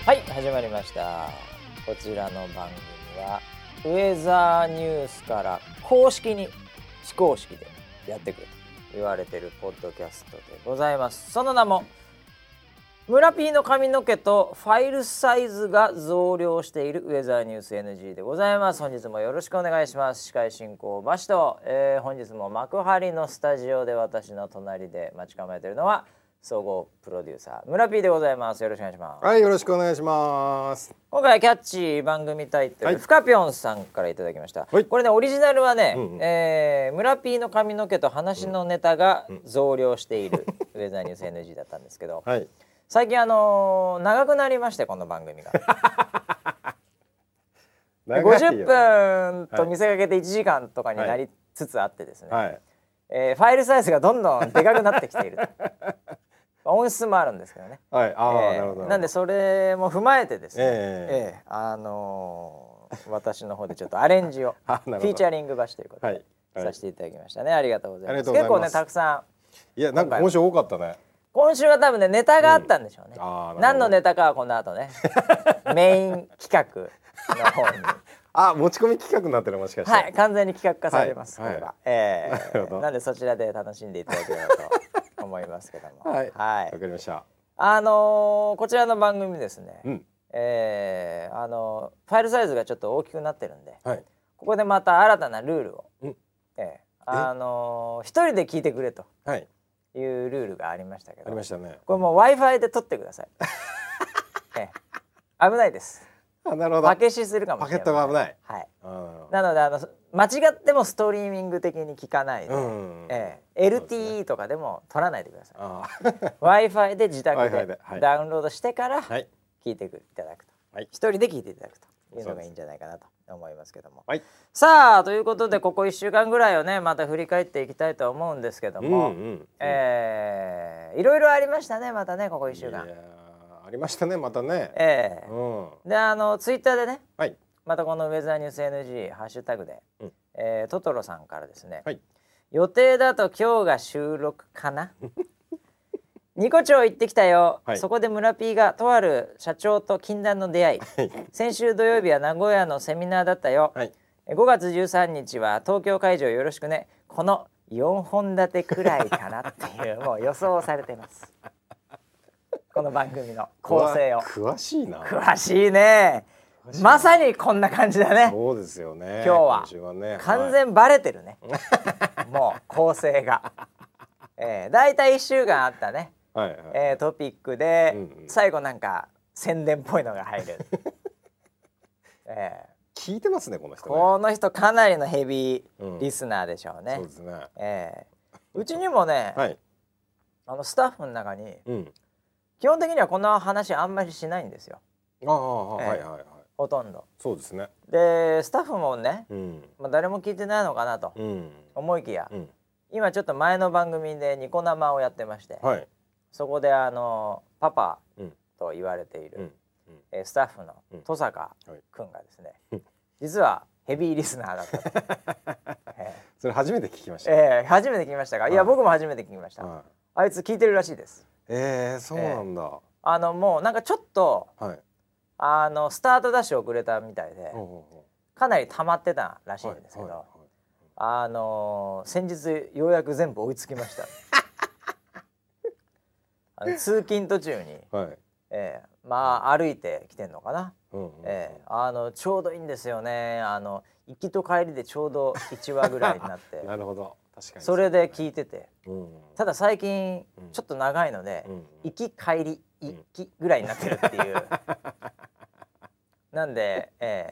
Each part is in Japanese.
はい、始まりました。こちらの番組はウェザーニュースから公式に非公式でやってくれと言われているポッドキャストでございます。その名も村 P の髪の毛とファイルサイズが増量しているウェザーニュース NG でございます。本日もよろしくお願いします。司会進行バシと、本日も幕張のスタジオで私の隣で待ち構えているのは総合プロデューサー村 P でございます。よろしくお願いします。 はい、よろしくお願いします。 今回はキャッチー番組タイトル、はい、ふかぴょんさんからいただきました、はい、これねオリジナルはね、村 P の髪の毛と話のネタが増量しているウェザーニュース NG だったんですけど、はい、最近長くなりましてこの番組が50分と見せかけて1時間とかになりつつあってですね、はい、ファイルサイズがどんどんでかくなってきている音質もあるんですけどね、はい、なるほど。なんでそれも踏まえてですね、私の方でちょっとアレンジをフィーチャリングバシということでさせていただきましたね。ありがとうございます。結構ねたくさん、 いやなんか今週多かったね。 今週は多分ねネタがあったんでしょうね、何のネタかはこの後ねメイン企画の方に持ち込み企画になってるもしかして。 はい、完全に企画化されます、これは、なんでそちらで楽しんでいただければと思いますけども、はい、 わかりました。 こちらの番組ですね、ファイルサイズがちょっと大きくなってるんで、ここでまた新たなルールを、一人で聞いてくれというルールがありましたけど、 ありましたね。 これもう Wi-Fi で撮ってください危ないです。 なるほど。 パケシするかもしれない。 パケットが危ない。 はい。なので間違ってもストリーミング的に聞かないで、LTE とかでも取らないでください。Wi-Fi で自宅でダウンロードしてから聞いていただくと、一人で聞いていただくというのがいいんじゃないかなと思いますけども。さあということでここ1週間ぐらいをねまた振り返っていきたいと思うんですけども、いろいろありましたね。またねここ1週間。 ありましたねまたね。でツイッターでね、またこのウェザーニュース NG ハッシュタグで、トトロさんからですね、予定だと今日が収録かなニコ町行ってきたよ、そこで村 P がとある社長と禁断の出会い、先週土曜日は名古屋のセミナーだったよ、5月13日は東京会場よろしくね、この4本立てくらいかなっていうもう予想されてますこの番組の構成を。 詳しいな。 詳しいね。まさにこんな感じだね。 そうですよね。 今日はね、完全バレてるね。もう構成が。だいたい1週間あったね。トピックで最後なんか宣伝っぽいのが入る。 聞いてますねこの人ね。 この人かなりのヘビーリスナーでしょうね。 そうですね。 うちにもね、スタッフの中に。基本的にはこの話あんまりしないんですよ。ほとんど。 そうですね。 でスタッフもね、誰も聞いてないのかなと思いきや、今ちょっと前の番組でニコ生をやってまして、そこでパパと言われているスタッフの登坂くんがですね、実はヘビーリスナーだったと。 それ初めて聞きました。 初めて聞きましたか。いや僕も初めて聞きました。あいつ聞いてるらしいです。 そうなんだ。 もうなんかちょっと、スタートダッシュ遅れたみたいで、かなり溜まってたらしいんですけど、先日ようやく全部追いつきました通勤途中に、歩いてきてんのかな、ちょうどいいんですよね。行きと帰りでちょうど1話ぐらいになってなるほど。確かにそれで聞いてて、ただ最近ちょっと長いので、行き帰り行きぐらいになってるっていうなんで、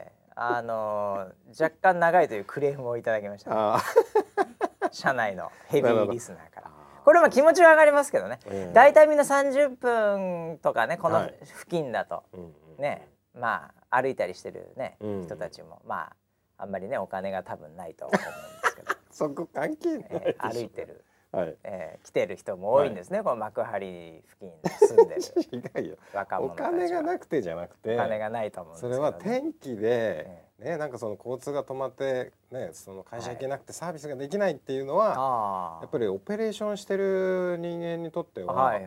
若干長いというクレームをいただきました、社内のヘビーリスナーから。これも気持ちは上がりますけどね、だいたいみんな30分とかねこの付近だと、ね歩いたりしてるね、人たちもあんまりねお金が多分ないと思うんですけどそこ関係ない歩いてる、来てる人も多いんですね、この幕張付近に住んでる違うよ。 若者たちは。 お金がなくてじゃなくて、 お金がないと思うんですけど、 それは天気で、なんかその交通が止まってね、その会社行けなくてサービスができないっていうのは、やっぱりオペレーションしてる人間にとっては、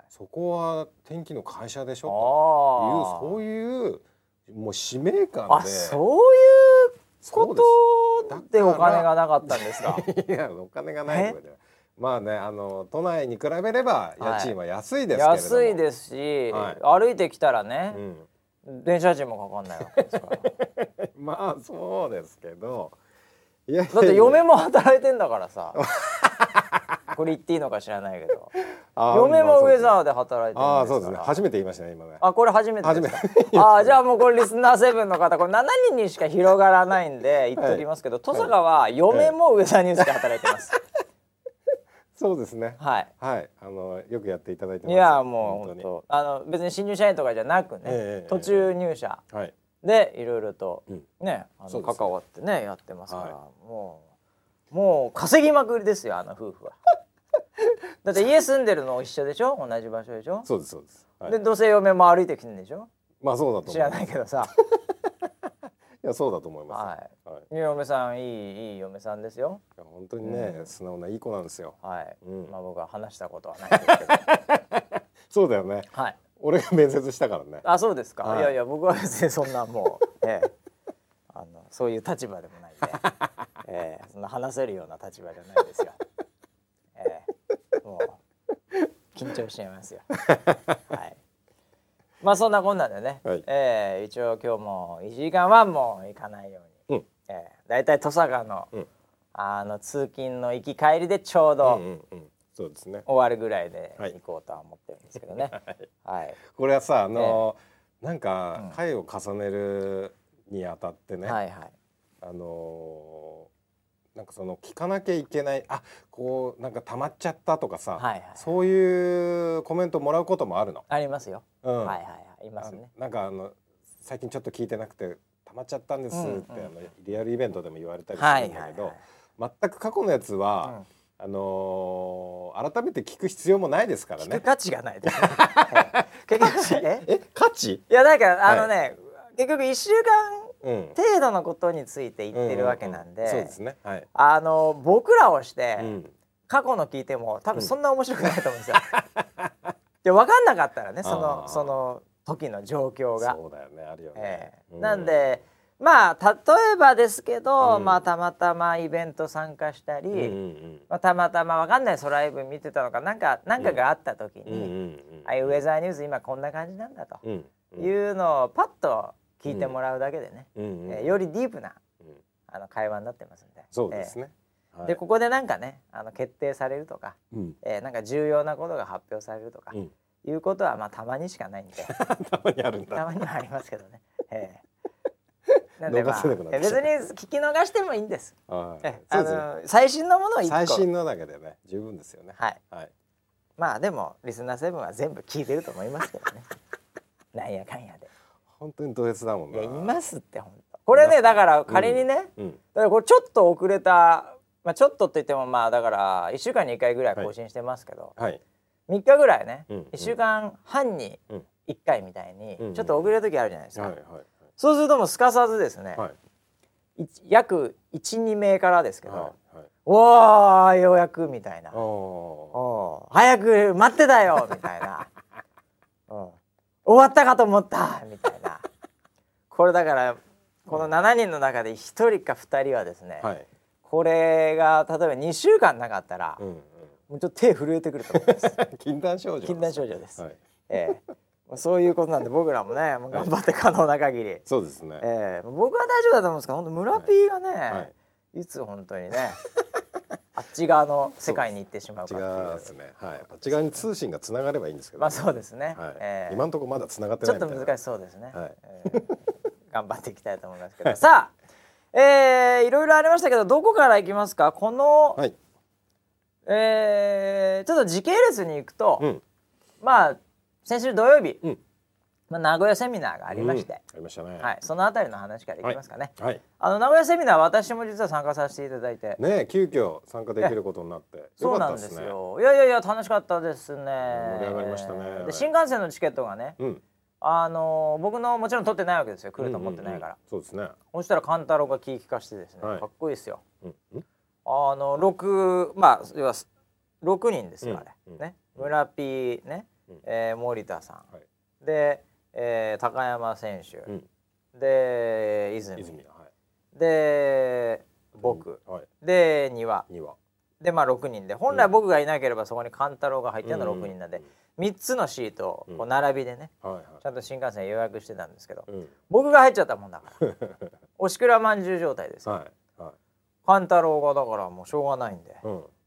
そこは天気の会社でしょというそういうもう使命感で。 そういうことでお金がなかったんですか。 いやお金がないとかじゃない。まあね都内に比べれば家賃は安いですけれども、 安いですし、歩いてきたらね、電車賃もかかんないわけですから。 まあそうですけど、 だって嫁も働いてんだからさ。これ言っていいのか知らないけど、嫁もウェザーで働いてるんですから。 そうですね。初めて言いましたね今ね。 これ初めてですか。じゃあもうこれリスナー7の方、これ7人にしか広がらないんで言っておきますけど、登坂は嫁もウェザーニュースで働いてます。 そうですね。 はい。 よくやっていただいてます。 いやもう本当別に新入社員とかじゃなくね、途中入社でいろいろとね関わってねやってますから、もう稼ぎまくりですよ夫婦は。だって家住んでるの一緒でしょ、同じ場所でしょ。 そうですそうです。 でどうせ嫁も歩いてきてるんでしょ。 まあそうだと思う。 知らないけどさ。 いやそうだと思います。 嫁さんいい嫁さんですよ。 本当にね素直ないい子なんですよ。 まあ僕は話したことはないですけど。 そうだよね。俺が面接したからね。 そうですか。いや僕は別にそんなもうそういう立場でもないんで、そんな話せるような立場じゃないですよ。もう緊張しちゃいますよ。まあそんなこんなでね、一応今日も1時間はもう行かないように、だいたい登坂の、通勤の行き帰りでちょうどそうですね終わるぐらいで行こうとは思ってるんですけどね。 これはさなんか回を重ねるにあたってね、なんかその聞かなきゃいけないこうなんか溜まっちゃったとかさ、そういうコメントもらうこともあるの。 ありますよ。いますね。 なんか最近ちょっと聞いてなくて溜まっちゃったんですってリアルイベントでも言われたりするんだけど、全く過去のやつは改めて聞く必要もないですからね。 聞く価値がないですね。 価値？いやだから結局1週間程度のことについて言ってるわけなんで、 そうですね。 僕らをして過去の聞いても多分そんな面白くないと思うんですよ。で分かんなかったらね、その時の状況が。 そうだよね、あるよね。 なんでまあ例えばですけど、たまたまイベント参加したり、たまたま分かんないライブ見てたのかなんかがあった時に、ウェザーニュース今こんな感じなんだというのをパッと聞いてもらうだけでね、よりディープな会話になってますんで。 そうですね。 でここでなんかね決定されるとか、なんか重要なことが発表されるとか、いうことはたまにしかないんで。 たまにあるんだ。 たまにはありますけどね。なんで別に聞き逃してもいいんです。最新のものを1個。 最新のだけでね十分ですよね。 まあでもリスナー7は全部聞いてると思いますけどね。なんやかんやで。 本当にド S だもんね。 いますって本当。これねだから仮にね、だからこれちょっと遅れた、ちょっとって言ってもだから1週間に1回ぐらい更新してますけど、3日ぐらいね、1週間半に1回みたいにちょっと遅れる時あるじゃないですか。そうするともうすかさずですね、約 1,2 名からですけど、おーようやくみたいな、早く待ってたよみたいな、終わったかと思ったみたいな。これだからこの7人の中で1人か2人はですね、これが例えば2週間なかったら、もうちょっと手震えてくると思います。 禁断症状。 禁断症状です。そういうことなんで僕らもねもう頑張って可能な限り。 そうですね。 僕は大丈夫だと思うんですけど、本当村 P がね、いつ本当にねあっち側の世界に行ってしまうかっていう。 違うですね。あっち側に通信がつながればいいんですけど。 そうですね。 今のところまだつながってないみたいな。 ちょっと難しそうですね。頑張っていきたいと思いますけど。さあ、いろいろありましたけどどこから行きますか。このちょっと時系列に行くと、先週土曜日、名古屋セミナーがありまして、 ありましたね。 そのあたりの話からいきますかね。名古屋セミナー私も実は参加させていただいてね、急遽参加できることになってそうなんですよ。いや楽しかったですね。 盛り上がりましたね。 で新幹線のチケットがね、僕のもちろん取ってないわけですよ。来ると思ってないから。 そうですね。 そしたら勘太郎が気利かしてですね、かっこいいですよ。6要は6人ですよあれね。村 P ね、 森田さん、で、高山選手、で泉、で僕、で庭で6人で、本来僕がいなければそこに勘太郎が入ってるの6人なんで、3つのシートをこう並びでね、ちゃんと新幹線予約してたんですけど、僕が入っちゃったもんだからおしくらまんじゅう状態ですよ。勘太郎がだからもうしょうがないんで、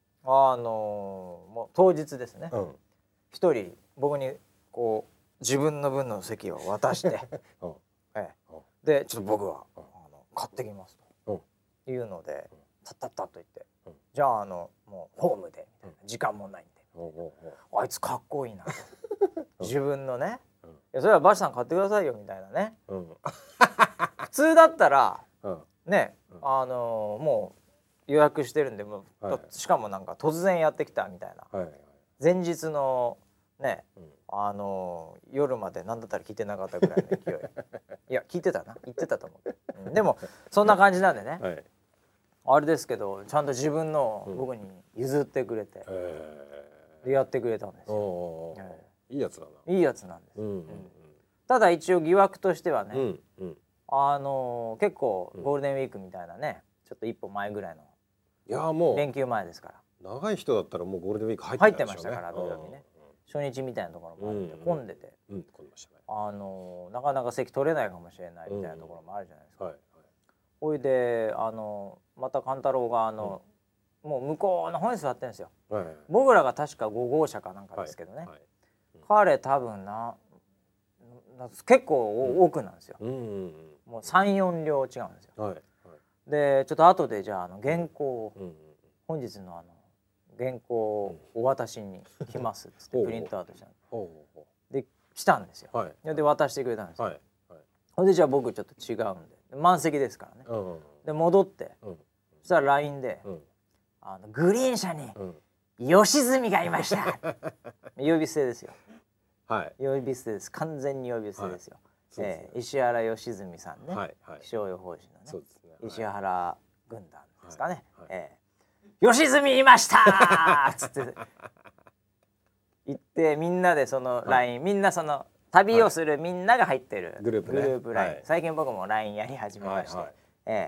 もう当日ですね、一人僕にこう自分の分の席を渡してでちょっと僕は買ってきますというので、タッタッタッと言って、じゃあもうホームでみたいな、時間もないんで、あいつかっこいいなと自分のね、それはバシさん買ってくださいよみたいなね、普通だったらね、もう予約してるんで、もうしかもなんか突然やってきたみたいな、前日のね、夜まで何だったら聞いてなかったぐらいの勢いいや聞いてたな、言ってたと思う、でもそんな感じなんでね、あれですけどちゃんと自分のを僕に譲ってくれて、でやってくれたんですよ。 いいやつだな。 いいやつなんです。ただ一応疑惑としてはね、結構ゴールデンウィークみたいなね、ちょっと一歩前ぐらいの、いやもう連休前ですから、 長い人だったらもうゴールデンウィーク入ってましたから、土曜日ね、初日みたいなところもあって混んでて、なかなか席取れないかもしれないみたいなところもあるじゃないですか。ほいでまた勘太郎がもう向こうの方に座ってるんですよ。僕らが確か5号車かなんかですけどね、彼多分結構奥なんですよ。もう 3,4 両違うんですよ。でちょっと後でじゃあ原稿を、本日の原稿をお渡しに来ますっつってプリントアウトしたんで、来たんですよ。で渡してくれたんですよ。ほんでじゃあ僕ちょっと違うんで、満席ですからね、で戻って、そしたら LINE でグリーン車に吉住がいました呼び捨てですよ。呼び捨てです。完全に呼び捨てですよ。石原良純さんね、気象予報士のね、石原軍団ですかね。吉住いましたっつって言って、みんなでその LINE、みんなその旅をするみんなが入ってるグループ LINE、最近僕も LINE やり始めまして、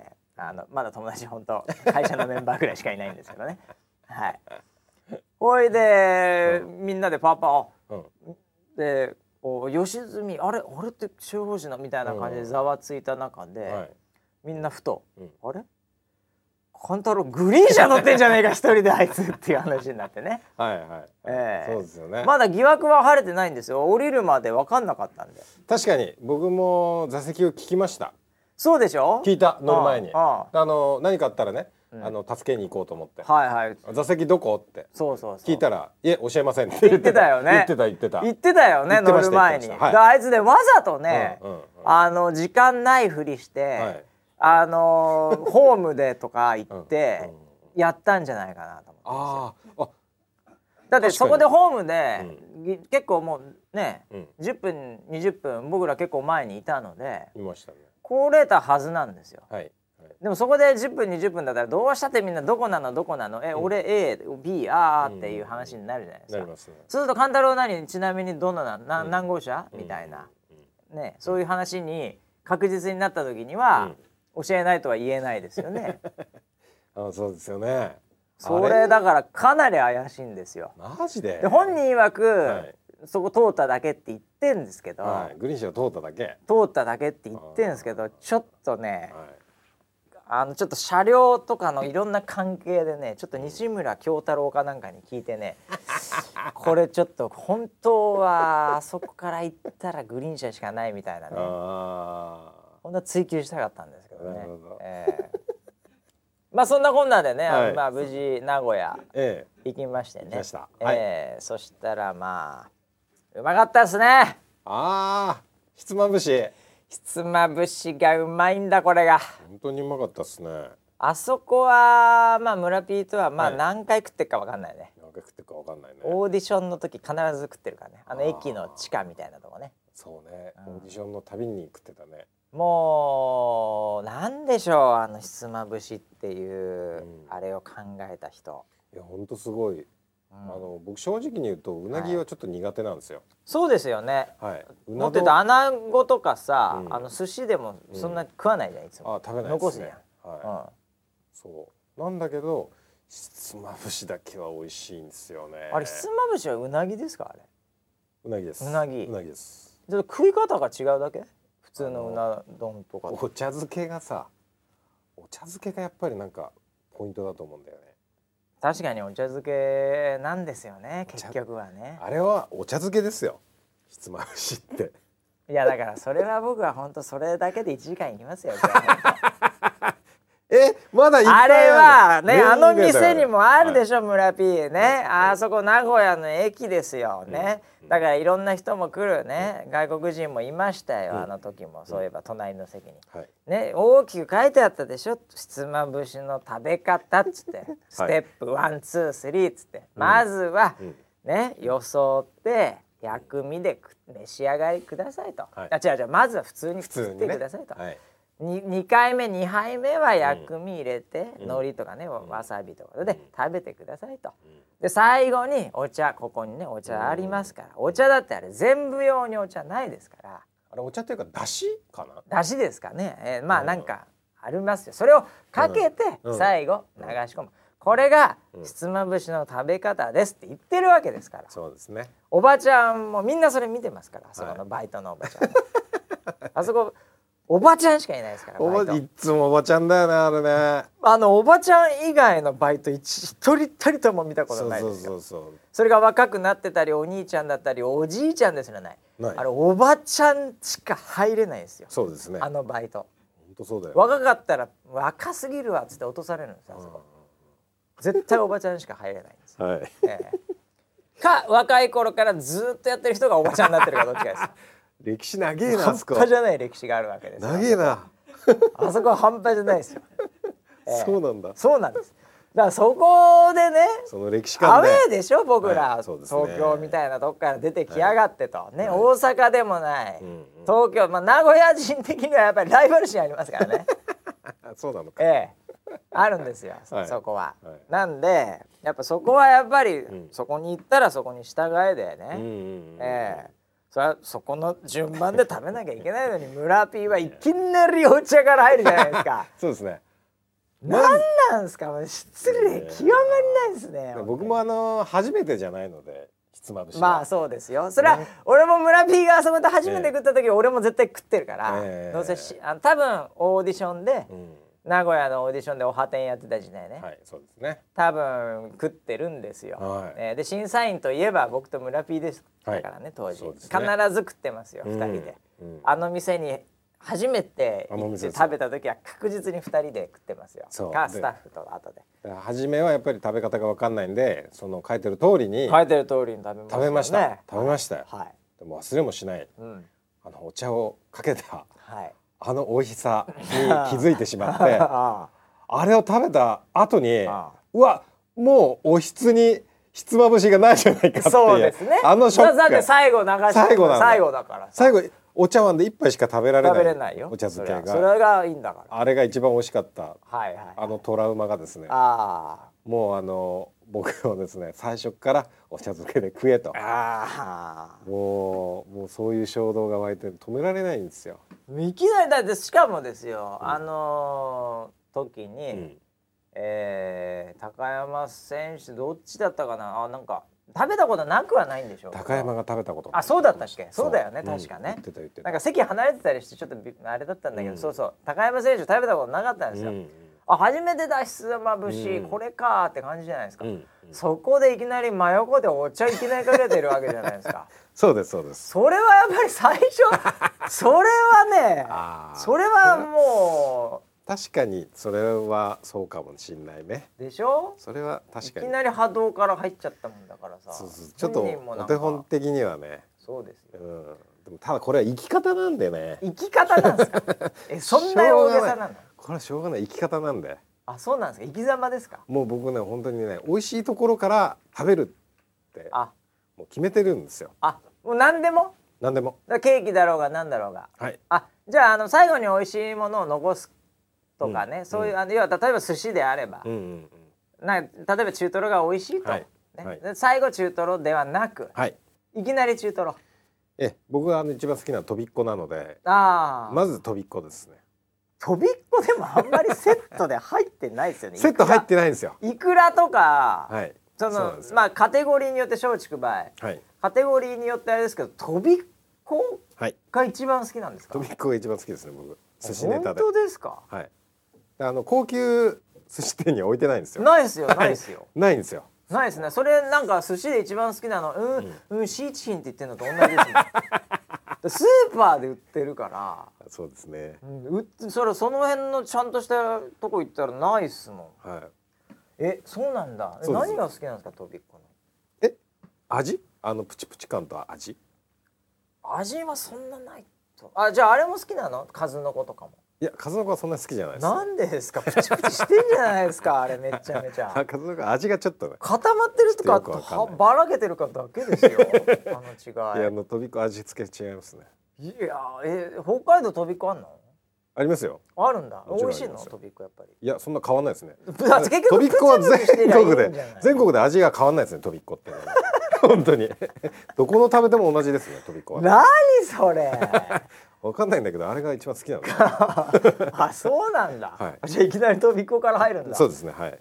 まだ友達本当会社のメンバーぐらいしかいないんですけどね。ほいでみんなでパパで吉住あれって気象予報士のみたいな感じでざわついた中で、みんなふとあれ勘太郎グリーン車乗ってんじゃねえか一人であいつっていう話になってね。そうですよね。まだ疑惑は晴れてないんですよ。降りるまで分かんなかったんで。 確かに僕も座席を聞きました。 そうでしょ。 聞いた、乗る前に何かあったらね、助けに行こうと思って、座席どこって聞いたら、いえ教えませんって言ってたよね。言ってたよね、乗る前に。あいつでわざとね、時間ないふりしてホームでとか言ってやったんじゃないかなと思って。だってそこでホームで結構もうね、10分20分僕ら結構前にいたので来れたはずなんですよ。でもそこで10分20分だったらどうしたってみんなどこなの俺 A、B、っていう話になるじゃないですか。そうすると勘太郎ちなみにどんな何号車みたいなね、そういう話に確実になった時には教えないとは言えないですよね。 そうですよね。 それだからかなり怪しいんですよ。 マジで。 本人曰く、そこ通っただけって言ってんですけど、 グリーン車通っただけって言ってんですけど、ちょっとね、ちょっと車両とかのいろんな関係でね、ちょっと西村京太郎かなんかに聞いてねこれちょっと本当はあそこから行ったらグリーン車しかないみたいなね、本当は追求したかったんですけどね。まあそんなこんなでね、無事名古屋行きましてね、そしたらまあうまかったですね。 ひつまぶしがうまいんだこれが。 本当にうまかったですね。 あそこはまあ村ピーとはまあ何回食ってるか分かんないね。オーディションの時必ず食ってるからね。駅の地下みたいなとこね。 そうね、オーディションのたびに食ってたね。 もうなんでしょうひつまぶしっていう、あれを考えた人。 いや本当すごい。 僕正直に言うとうなぎはちょっと苦手なんですよ。 そうですよね。もっと言うと穴子とかさ、寿司でもそんな食わないじゃん、いつも。 食べないですね。 残すじゃん。 そうなんだけどひつまぶしだけは美味しいんですよね。 あれひつまぶしはうなぎですか？あれうなぎです。 うなぎです。 ちょっと食い方が違うだけ？普通のうな丼とか。 お茶漬けがやっぱりなんかポイントだと思うんだよね。 確かにお茶漬けなんですよね、結局はね。 あれはお茶漬けですよ、ひつまぶしって。 いやだからそれは僕は本当それだけで1時間いきますよ。 まだいっぱいあれはね、あの店にもあるでしょ、村 P ね。あそこ名古屋の駅ですよね。だからいろんな人も来るね、外国人もいましたよ、あの時も。そういえば隣の席にね、大きく書いてあったでしょ、ひつまぶしの食べ方っつってステップ1、2、3っつって、まずはね、よそって薬味で召し上がりくださいと。違うまずは普通に食ってくださいと。2回目2杯目は薬味入れて、海苔とかね、わさびとかで食べてくださいと。で最後にお茶、ここにねお茶ありますから、お茶だってあれ全部用にお茶ないですから。 あれお茶っていうかだしかな？ だしですかね。まあなんかありますよ。それをかけて最後流し込む。これがひつまぶしの食べ方ですって言ってるわけですから。 そうですね。 おばちゃんもみんなそれ見てますから、あそこのバイトのおばちゃん。あそこおばちゃんしかいないですから。 いつもおばちゃんだよね、あれね。 おばちゃん以外のバイト一人たりとも見たことないですよ。それが若くなってたりお兄ちゃんだったりおじいちゃんですらない。あれおばちゃんしか入れないですよ。 そうですね。 あのバイト。 本当そうだよ。 若かったら若すぎるわっつって落とされるんですよ。あそこ絶対おばちゃんしか入れないんです。か若い頃からずっとやってる人がおばちゃんになってるかどっちかです。 歴史長えな、 半端じゃない歴史があるわけです。 長えな。 あそこは半端じゃないですよ。 そうなんだ。 そうなんです。だからそこでね、 その歴史観アウェーでしょ僕ら、東京みたいなとこから出てきやがってとね、大阪でもない、東京、名古屋人的にはやっぱりライバル心ありますからね。 そうなのか。 あるんですよ、そこは。なんでやっぱそこはやっぱり、そこに行ったらそこに従えでね。そこの順番で食べなきゃいけないのに村 P はいきなりお茶から入るじゃないですか。 そうですね。 なんなんですか、失礼極まりないですね。 僕も初めてじゃないのでひつまぶし。 まあそうですよ。それは俺も村 P があそこで初めて食った時俺も絶対食ってるから、どうせ多分オーディションで、名古屋のオーディションでおはてんやってた時代ね、 そうですね、 多分食ってるんですよ。で審査員といえば僕と村 P でしたからね、当時必ず食ってますよ、2人で。あの店に初めて行って食べた時は確実に2人で食ってますよ。かスタッフと後で。 初めはやっぱり食べ方が分かんないんで、その書いてる通りに食べました。 食べましたよ。でも忘れもしない、お茶をかけたあの美味しさに気づいてしまってあれを食べた後にうわ、もうおひつにひつまぶしがないじゃないかっていう、 そうですね、 あのショック。 だって最後流して最後だから、 最後お茶碗で一杯しか食べられないよ、 お茶漬けが。 それがいいんだから。 あれが一番美味しかった。あのトラウマがですね、もう僕はですね、最初からお茶漬けで食えと、もうそういう衝動が湧いて止められないんですよ。 いきなりだって、しかもですよ、時に、高山選手どっちだったかな、なんか食べたことなくはないんでしょう。 高山が食べたこと。 そうだったっけ。そうだよね、確かね。なんか席離れてたりしてちょっとあれだったんだけど、そうそう、高山選手食べたことなかったんですよ。初めてだ、ひつまぶし、これかって感じじゃないですか。そこでいきなり真横でお茶いきなりかけてるわけじゃないですか。 そうですそうです。 それはやっぱり最初それはね、それはもう確かにそれはそうかもしれないね。 でしょ。 それは確かに。 いきなり波動から入っちゃったもんだからさ。 ちょっとお手本的にはね。 そうですよ。 でもただこれは生き方なんでね。 生き方なんですか。そんな大げさなの。 これはしょうがない生き方なんで。 そうなんですか。生き様ですか。 もう僕ね、本当にね、美味しいところから食べるってもう決めてるんですよ。 もう何でも。 何でも。 ケーキだろうが何だろうが。じゃあ最後に美味しいものを残すとかね、そういう要は例えば寿司であれば、例えば中トロが美味しいとね、はい、で最後中トロではなく、 はい、 いきなり中トロ。 僕が一番好きなのはとびっこなので、まずとびっこですね。 とびっこでもあんまりセットで入ってないですよね。 セット入ってないんですよ。 いくらとか、 はい、 そのまあカテゴリーによって松竹梅、はい、カテゴリーによってあれですけど、とびっこが一番好きなんですか。 とびっこが一番好きですね、僕。寿司ネタで。 本当ですか。 はい。高級寿司店には置いてないんですよ。 ないですよ、ないですよ。 ないんですよ。 ないですね。それなんか寿司で一番好きなの、シーチキンって言ってるのと同じですね。スーパーで売ってるから。 そうですね。 その辺のちゃんとしたとこ行ったらないっすもん。はい。そうなんだ。何が好きなんですか、とびっこの。味？プチプチ感と味？ 味はそんなないと。じゃああれも好きなの？数の子とかも。 いや、数の子はそんな好きじゃないです。 なんでですか。プチプチしてんじゃないですか。あれめちゃめちゃ。 数の子味がちょっと固まってるとかばらけてるかだけですよ。違い。 いや、とびっこ味付け違いますね。 いや、北海道とびっこあんの？ ありますよ。 あるんだ。美味しいの？とびっこやっぱり。 いや、そんな変わんないですね。 とびっこは全国で味が変わんないですね。とびっこって。本当にどこの食べても同じですね、とびっこは。 何それ。 わかんないんだけど、あれが一番好きなの。 あ、そうなんだ。じゃあいきなりとびっこから入るんだ。 そうですね、はい。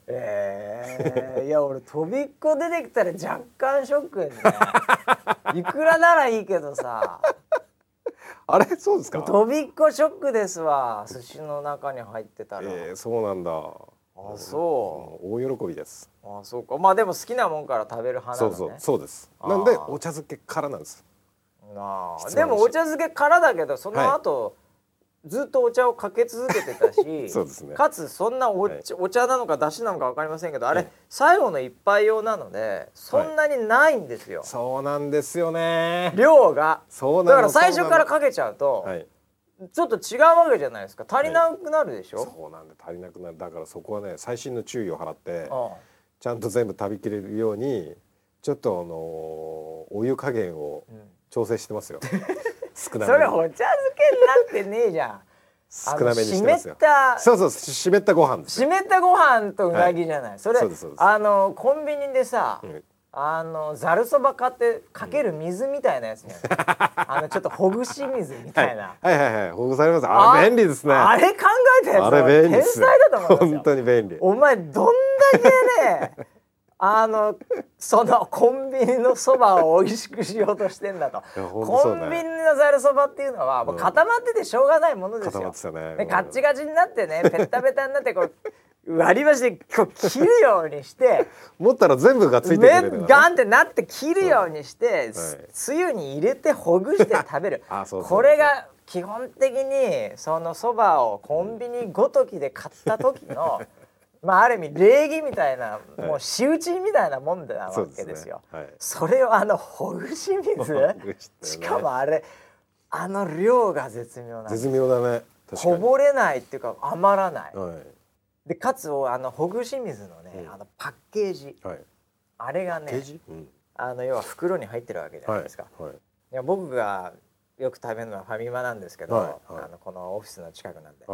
いや、俺とびっこ出てきたら若干ショックですね。いくらならいいけどさ。 あれ、そうですか。 とびっこショックですわ。寿司の中に入ってたら。 そうなんだ。 そう。 大喜びです。 そうか。まあでも好きなもんから食べる派なのね。 そうです。なんでお茶漬けからなんです。 でもお茶漬けからだけど、その後ずっとお茶をかけ続けてたし、 そうですね。かつそんなお茶なのか出汁なのか分かりませんけど、あれ最後の一杯用なのでそんなにないんですよ。 そうなんですよね。 量が。だから最初からかけちゃうとちょっと違うわけじゃないですか。足りなくなるでしょ。 そうなんで足りなくなる。だからそこはね、細心の注意を払ってちゃんと全部食べきれるようにちょっとお湯加減を調整してますよ。少なめ。 それお茶漬けになってねえじゃん。 少なめにしてますよ。そう湿ったご飯です。 湿ったご飯とうなぎじゃない。それコンビニでさ、ざるそば買ってかける水みたいなやつね。ちょっとほぐし水みたいな。 はいほぐされます。あれ便利ですね。 あれ考えたやつ。 あれ便利。 天才だと思いますよ。 本当に便利。 お前どんだけね。そのコンビニのそばを美味しくしようとしてんだと。コンビニのざるそばっていうのはもう固まっててしょうがないものですよ。ガッチガチになってね、ペッタペタになってこう割り箸でこう切るようにして持ったら全部がついてくる、 ね、ガンってなって切るようにして、つゆに入れてほぐして食べる。これが基本的にそのそばをコンビニごときで買った時のまあある意味礼儀みたいな、もう仕打ちみたいなもんなわけですよ。それをほぐし水しかも量が絶妙なんです。 絶妙だね。 こぼれないっていうか余らない。でかつほぐし水のね、パッケージ、あれがね、要は袋に入ってるわけじゃないですか。いや僕がよく食べるのはファミマなんですけど、このオフィスの近くなんで、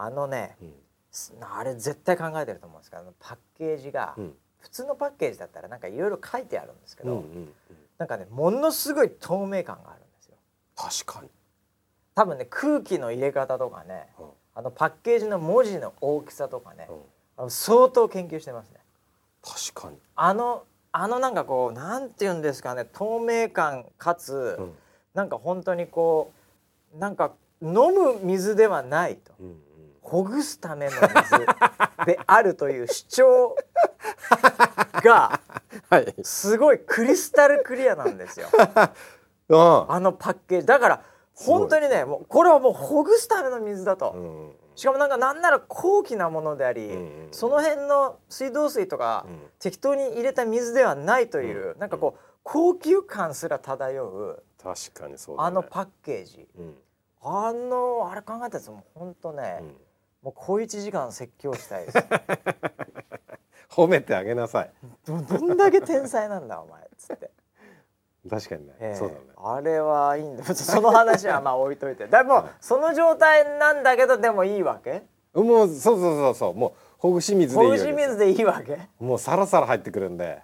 あれ絶対考えてると思うんですけど、パッケージが普通のパッケージだったらなんかいろいろ書いてあるんですけど、なんかねものすごい透明感があるんですよ。 確かに。 多分ね、空気の入れ方とかね、パッケージの文字の大きさとかね、相当研究してますね。 確かに。 なんかこうなんていうんですかね、透明感かつ、なんか本当にこうなんか飲む水ではないと。ほぐすための水であるという主張がすごいクリスタルクリアなんですよ。パッケージだから本当にね、もうこれはもうほぐすための水だと。しかもなんなら高貴なものであり、その辺の水道水とか適当に入れた水ではないという、なんかこう高級感すら漂う、 確かにそうだね、 パッケージ、あれ考えたやつも本当ね、もう小1時間説教したいです。 褒めてあげなさい。 どんだけ天才なんだお前っつって。 確かにね、そうだね。 あれはいいんだ。その話はまあ置いといて。でもその状態なんだけどでもいいわけ？ もうそうもうほぐし水でいいわけ。 ほぐし水でいいわけ？ もうサラサラ入ってくるんで。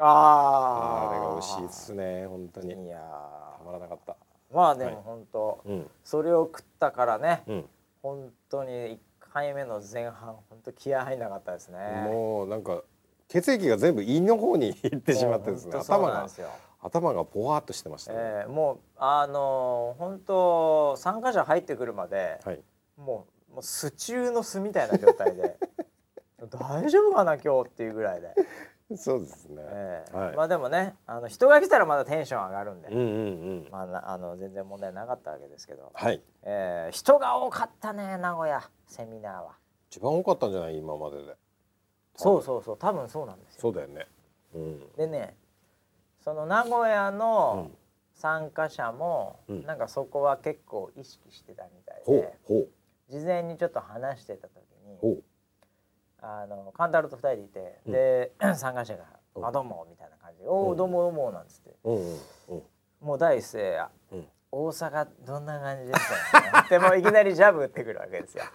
あれが美味しいっすね本当に。 いやたまらなかった。 まあでも本当、それを食ったからね、本当に1回目の前半本当気合入んなかったですね。 もうなんか血液が全部胃の方に行ってしまってですね、頭がポワーっとしてましたね。 もう本当参加者入ってくるまで、もう巣中の巣みたいな状態で大丈夫かな今日っていうぐらいで。 そうですね。 まあでもね人が来たらまだテンション上がるんで、まあ全然問題なかったわけですけど、人が多かったね名古屋セミナーは。 一番多かったんじゃない今までで。 そう多分そうなんですよ。 そうだよね。 でねその名古屋の参加者もなんかそこは結構意識してたみたいで、事前にちょっと話してた時にカンタロウと2人でいて、で参加者が「どうも」みたいな感じで「おおどうもどうも」なんつってもう第一声「大阪どんな感じですかね」ってもういきなりジャブ打ってくるわけですよ。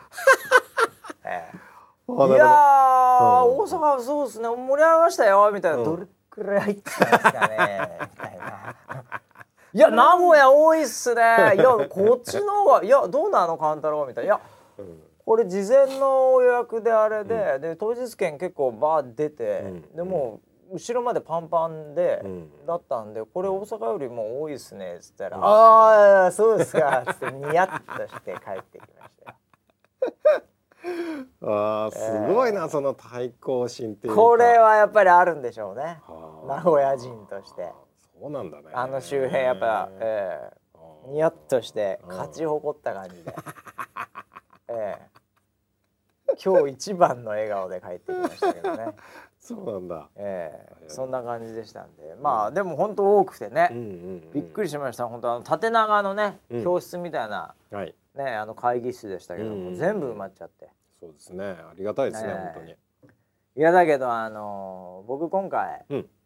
いや大阪そうですね盛り上がりましたよみたいな、どれくらい入ってたんですかねみたいな。いや名古屋多いっすね。いやこっちの方がいやどうなのカンタロウみたいな。いやこれ事前の予約であれで、で当日券結構バー出て、でもう後ろまでパンパンで、だったんでこれ大阪よりも多いっすねっつったら、ああそうですかっつってニヤッとして帰ってきましたよ。 すごいな、その対抗心っていうか。 これはやっぱりあるんでしょうね名古屋人として。 そうなんだね。 周辺やっぱ、ニヤッとして勝ち誇った感じで、今日一番の笑顔で帰ってきましたけどね。 そうなんだ。 そんな感じでしたんで、まあでも本当多くてね、びっくりしました。本当縦長のね教室みたいなね会議室でしたけども、全部埋まっちゃって。 そうですね、ありがたいですね本当に。 いやだけど僕今回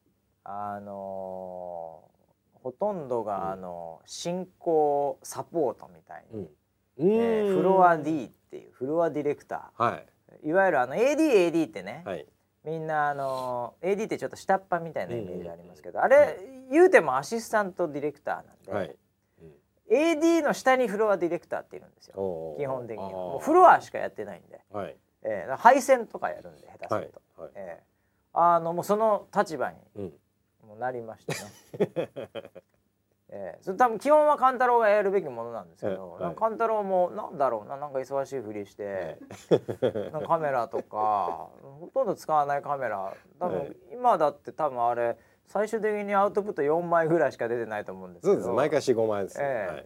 ほとんどが進行サポートみたいに、フロア D っていうフロアディレクター、いわゆるAD ってね、みんなAD ってちょっと下っ端みたいなイメージありますけど、あれ言うてもアシスタントディレクターなんで、AD の下にフロアディレクターっているんですよ基本的には。もうフロアしかやってないんで、配線とかやるんで下手すると、もうその立場にもうなりましてね。それ多分基本はカンタロウがやるべきものなんですけど、カンタロウもなんだろうな、なんか忙しいふりして、なんかカメラとかほとんど使わないカメラ、多分今だって多分あれ最終的にアウトプット4枚ぐらいしか出てないと思うんですけど。 そうです、毎回 4,5 枚です、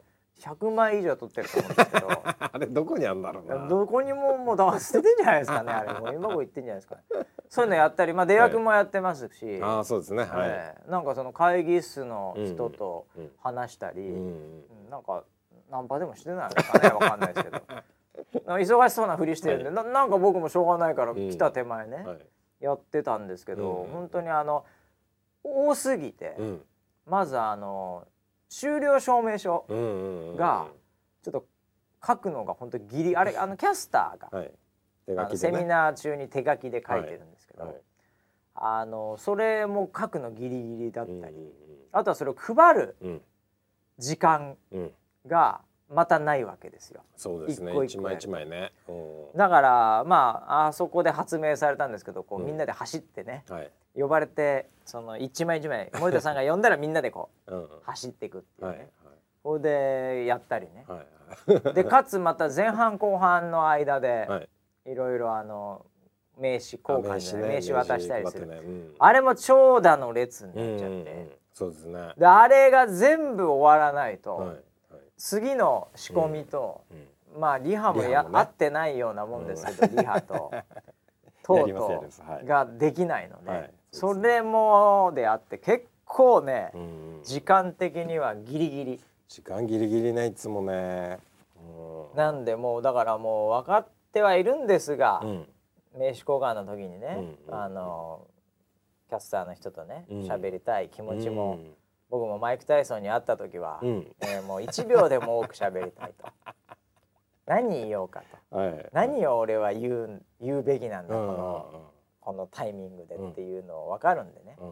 100枚以上撮ってると思うんですけどあれどこにあるんだろうな。 どこにもうだから捨ててんじゃないですかねあれ。もう今こ行ってんじゃないですかね。そういうのやったり、まあ出役もやってますし、 そうですね、 なんかその会議室の人と話したり、なんかナンパでもしてないのかねわかんないですけど忙しそうなふりしてるんで、なんか僕もしょうがないから来た手前ね、やってたんですけど、本当に多すぎて、まず終了証明書がちょっと書くのが本当にギリ、あれキャスターがセミナー中に手書きで書いてるんですけど、それも書くのギリギリだったり、あとはそれを配る時間がまたないわけですよ。 そうですね、一枚一枚ね。 だからまああそこで発明されたんですけど、こうみんなで走ってね、呼ばれてその一枚一枚森田さんが呼んだらみんなでこう走っていくっていうね、それでやったりね、でかつまた前半後半の間でいろいろ名刺交換じゃない、名刺渡したりする、あれも長蛇の列になっちゃって、 そうですね。 であれが全部終わらないと次の仕込みと、まあリハも合ってないようなもんですけど、リハととうとうができないので、それもであって結構ね、時間的にはギリギリ。 時間ギリギリね、いつもね。 なんでもうだからもう分かってはいるんですが、名刺交換の時にね、キャスターの人とね喋りたい気持ちも、僕もマイク・タイソンに会った時は、もう1秒でも多く喋りたいと何言おうかと、何を俺は言うべきなんだ、このタイミングでっていうのを分かるんでね、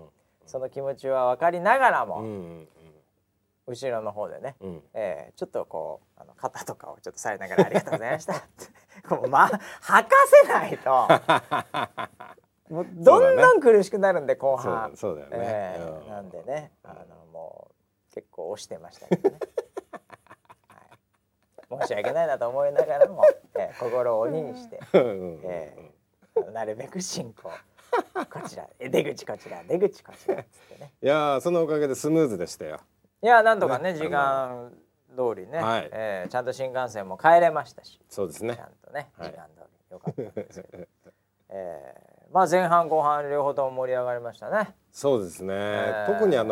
その気持ちは分かりながらも、後ろの方でね、ちょっとこう肩とかをちょっとされながらありがとうございましたってこう吐かせないともうどんどん苦しくなるんで後半。 そうだよね。 なんでねもう結構押してましたけどね。申し訳ないなと思いながらも、心を鬼にして、なるべく進行こちら出口こちら出口こちらっつってね。 いやそのおかげでスムーズでしたよ。 いやなんとかね時間通りね、ちゃんと新幹線も帰れましたし。 そうですね。 ちゃんとね時間通りよかったんですけど、まあ前半後半両方とも盛り上がりましたね。 そうですね。特にエ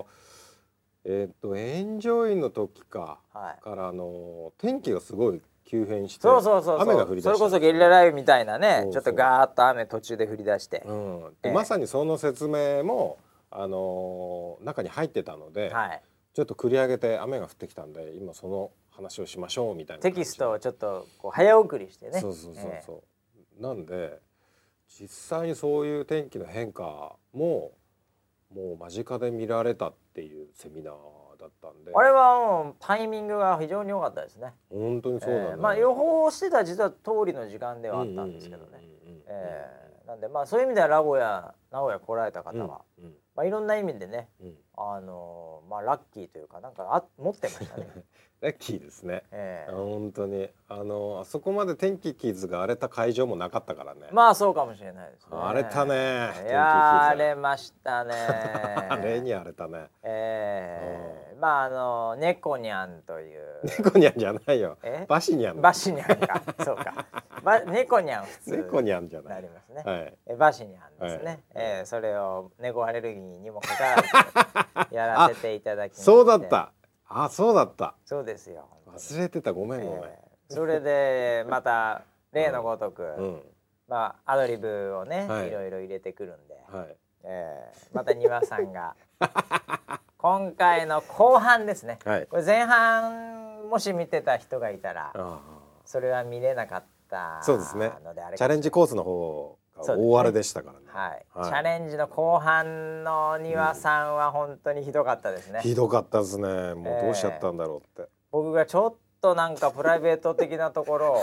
ンジョイの時から天気がすごい急変して雨が降り出した。 それこそゲリラ雷雨みたいなね、ちょっとガーッと雨途中で降り出して、 まさにその説明も中に入ってたので、ちょっと繰り上げて雨が降ってきたんで今その話をしましょうみたいなテキストをちょっとこう早送りしてね。 そうなんで実際にそういう天気の変化もう間近で見られたっていうセミナーだったんで、 あれはもうタイミングが非常に良かったですね。 本当にそうなんだ、 まあ予報してた実は通りの時間ではあったんですけどね。なんでまあそういう意味では名古屋来られた方は、まあいろんな意味でね、まあラッキーというかなんか持ってましたね。 ラッキーですね。本当にあそこまで天気傷が荒れた会場もなかったからね。 まあそうかもしれないですね。 荒れたね。 いや荒れましたね。 荒れに荒れたね。 まあ猫ニャンという猫ニャンじゃないよ。バシニャン。 バシニャンか。そうか。猫ニャン普通。 猫ニャンじゃない。 なりますね。バシニャンですね。それを猫アレルギーにもかかわらずやらせていただきました。 そうだった。そうだった。 そうですよ。 忘れてた。ごめん。 それでまた例のごとく、まあアドリブをねいろいろ入れてくるんで、また庭さんが今回の後半ですね。これ前半もし見てた人がいたらそれは見れなかったので、 そうですね。チャレンジコースの方が大荒れでしたからね。 チャレンジの後半の庭さんは本当にひどかったですね。 ひどかったですね。もうどうしちゃったんだろうって。 僕がちょっとなんかプライベート的なところを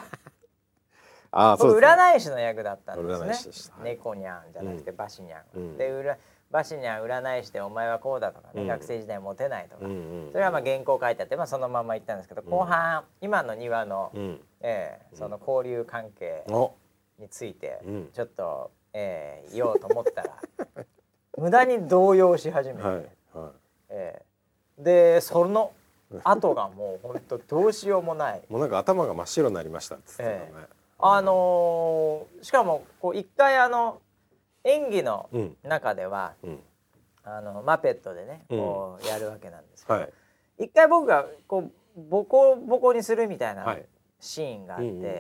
僕占い師の役だったんですね。猫ニャンじゃなくてバシニャンで、バシニャン占い師でお前はこうだとかね、学生時代モテないとか、それはまあ原稿書いてあって、そのまま言ったんですけど、後半今の庭のその交流関係についてちょっと言おうと思ったら無駄に動揺し始めて、でその後がもう本当どうしようもない。 もうなんか頭が真っ白になりましたっつってたね。 しかもこう一回演技の中では、マペットでねこうやるわけなんですけど、一回僕がこうボコボコにするみたいなシーンがあって、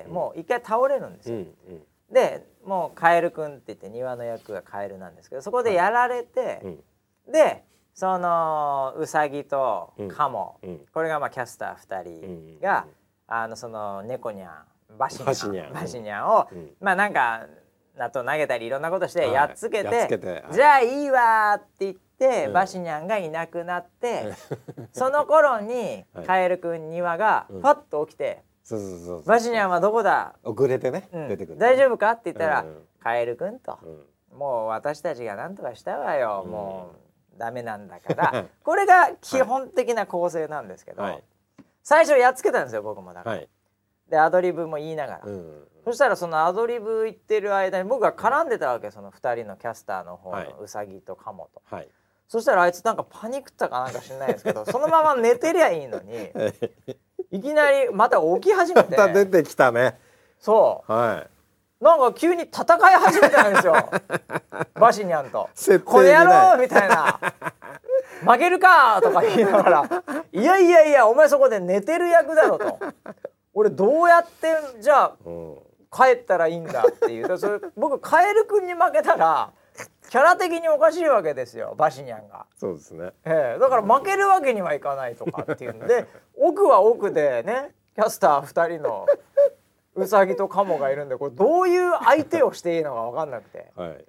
もう一回倒れるんですよ。でもうカエルくんって言って庭の役がカエルなんですけど、そこでやられて、でそのウサギとカモ、これがまあキャスター2人がその猫ニャンバシニャンをまあなんか納豆投げたりいろんなことしてやっつけて、じゃあいいわって言ってバシニャンがいなくなって、その頃にカエルくん庭がパッと起きて、バシニャンはどこだ、 遅れてね出てくる、 大丈夫かって言ったら、カエルくんと、もう私たちが何とかしたわよ、もうダメなんだからこれが基本的な構成なんですけど、最初やっつけたんですよ僕も。だからでアドリブも言いながら、そしたらそのアドリブ言ってる間に僕が絡んでたわけ、その2人のキャスターの方のウサギとカモと。そしたらあいつなんかパニクったかなんか知んないですけどそのまま寝てりゃいいのにいきなりまた起き始めて、 また出てきたね。 そう、なんか急に戦い始めたんですよバシニャンと。これやろうみたいな負けるかとか言いながらいやいやいやお前そこで寝てる役だろと、俺どうやってじゃあ帰ったらいいんだっていう。それ僕カエルくんに負けたらキャラ的におかしいわけですよバシニャンが。 そうですね。 だから負けるわけにはいかないとかっていうんで奥は奥でねキャスター2人のウサギとカモがいるんで、これどういう相手をしていいのか分かんなくて、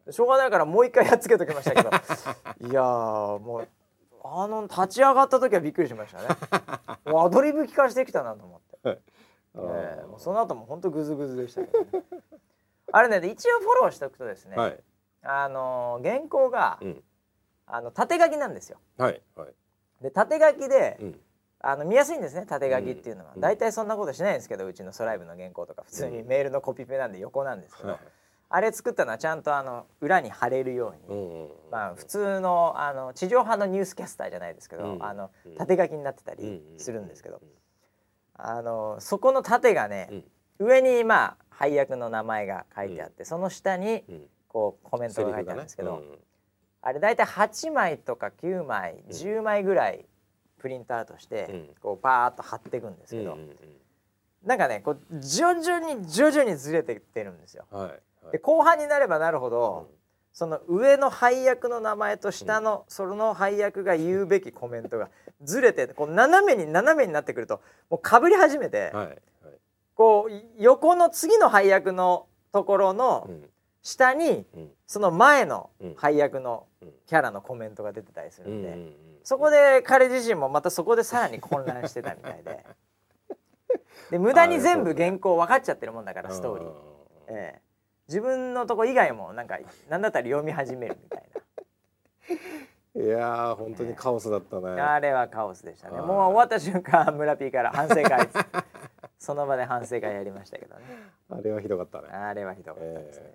しょうがないからもう一回やっつけときましたけどいやもう立ち上がった時はびっくりしましたねアドリブ聞かしてきたなと思って、もうその後も本当グズグズでしたけどねあれね一応フォローしておくとですね、はい、原稿が、縦書きなんですよ、はいはい、で縦書きで、見やすいんですね縦書きっていうのは、だいたいそんなことしないんですけどうちのストライブの原稿とか普通にメールのコピペなんで横なんですけど、あれ作ったのはちゃんと裏に貼れるように、普通の地上波のニュースキャスターじゃないですけど、縦書きになってたりするんですけど、そこの縦がね、上に配役の名前が書いてあって、その下にこうコメントが書いてあるんですけど、あれだいたい8枚とか9枚、10枚ぐらいプリントアウトしてこうバーッと貼っていくんですけど、なんかねこう徐々にずれていってるんですよ。で後半になればなるほど、その上の配役の名前と下のその配役が言うべきコメントがずれて、こう斜めになってくるともうかぶり始めて、こう横の次の配役のところの下にその前の配役のキャラのコメントが出てたりするんで、そこで彼自身もまたそこでさらに混乱してたみたいで無駄に全部原稿分かっちゃってるもんだからストーリー、自分のとこ以外もなんだったら読み始めるみたいな。いやー本当にカオスだったね。 あれはカオスでしたね。もう終わった瞬間村 P から反省会その場で反省会やりましたけどね。 あれはひどかったね。 あれはひどかったですね。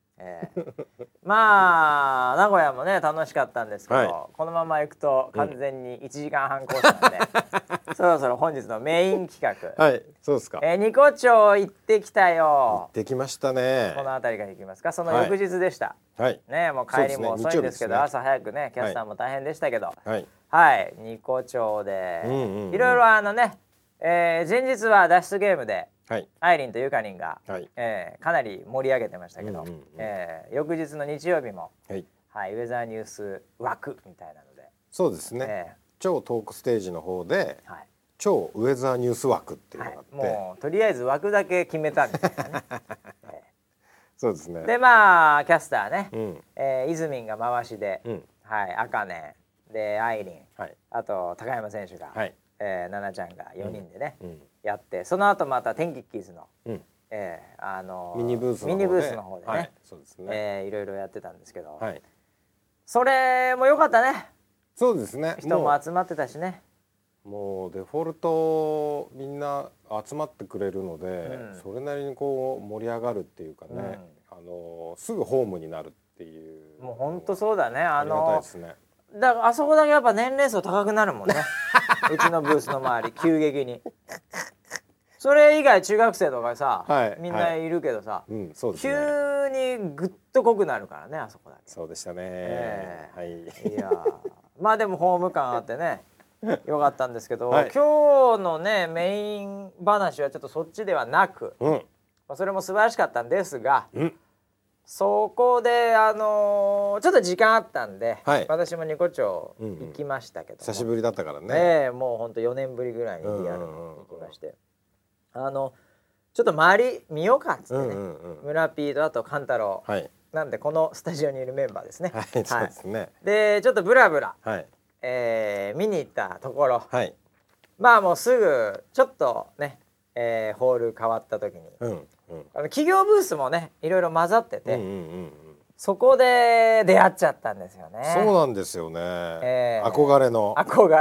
まあ名古屋もね楽しかったんですけど、このまま行くと完全に1時間半コースなんで、そろそろ本日のメイン企画、 はいそうですか、 ニコ町行ってきたよ。 行ってきましたね。 この辺りから行きますか。その翌日でした、ね、もう帰りも遅いんですけど、朝早くねキャスターも大変でしたけど、ニコ町でいろいろね、前日は脱出ゲームでアイリンとユカリンが、かなり盛り上げてましたけど、翌日の日曜日も、ウェザーニュース枠みたいなので、 そうですね、超トークステージの方で、超ウェザーニュース枠っていうのがあって、 もうとりあえず枠だけ決めたみたいなねそうですね。 でまあキャスターね、イズミンが回しで、アカネでアイリン、あと高山選手が、ナナちゃんが4人でね、やって、その後またテンキッキーズの、 ミニブースの方でね、いろいろやってたんですけど、それも良かったね。 そうですね。 人も集まってたしね。 もうデフォルトみんな集まってくれるので、それなりにこう盛り上がるっていうかね、すぐホームになるっていう。 もう本当そうだね。ありがたいですね。 だからあそこだけやっぱ年齢層高くなるもんねうちのブースの周り急激に。それ以外中学生とかさ、みんないるけどさ、急にぐっと濃くなるからねあそこだけ。 そうでしたね、 いやまあでもホーム感あってねよかったんですけど、今日のねメイン話はちょっとそっちではなく、それも素晴らしかったんですが、そこでちょっと時間あったんで、私もニコ町行きましたけど、 久しぶりだったからね、 もうほんと4年ぶりぐらいにリアルに行きまして、ちょっと周り見ようかっつってね、村 P とあとカンタロウ、なんでこのスタジオにいるメンバーですね。 そうですね。 でちょっとブラブラ、見に行ったところ、まあもうすぐちょっとね、ホール変わった時に、企業ブースもねいろいろ混ざってて、そこで出会っちゃったんですよね。 そうなんですよね、憧れの、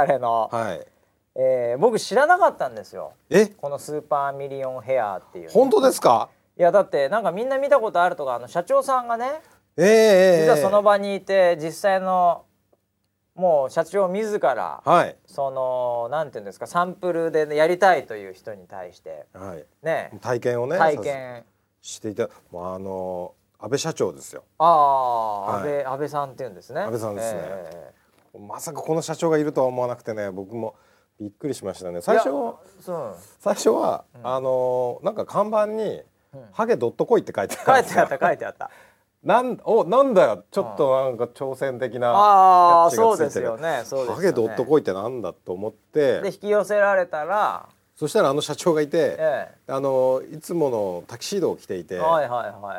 僕知らなかったんですよ、このスーパーミリオンヘアっていう、 本当ですか？ いやだってなんかみんな見たことあるとか、社長さんがね、実はその場にいて、実際のもう社長自ら、そのなんていうんですか、サンプルでやりたいという人に対して、 体験をねしていた、安倍社長ですよ。 安倍さんっていうんですね。 安倍さんですね、まさかこの社長がいるとは思わなくてね、僕もびっくりしましたね。最初は、なんか看板に「ハゲドットコイ」って書いてあった。なんだよ、ちょっとなんか挑戦的なやつがついてる。そうですよね。 ハゲドットコイってなんだと思って、 で引き寄せられたら、 そしたら社長がいて、いつものタキシードを着ていて、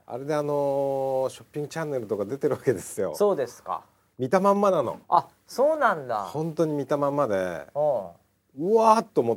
あれでショッピングチャンネルとか出てるわけですよ。 そうですか。 見たまんまなの。 あ、そうなんだ。 本当に見たまんまで、うわーっと思って、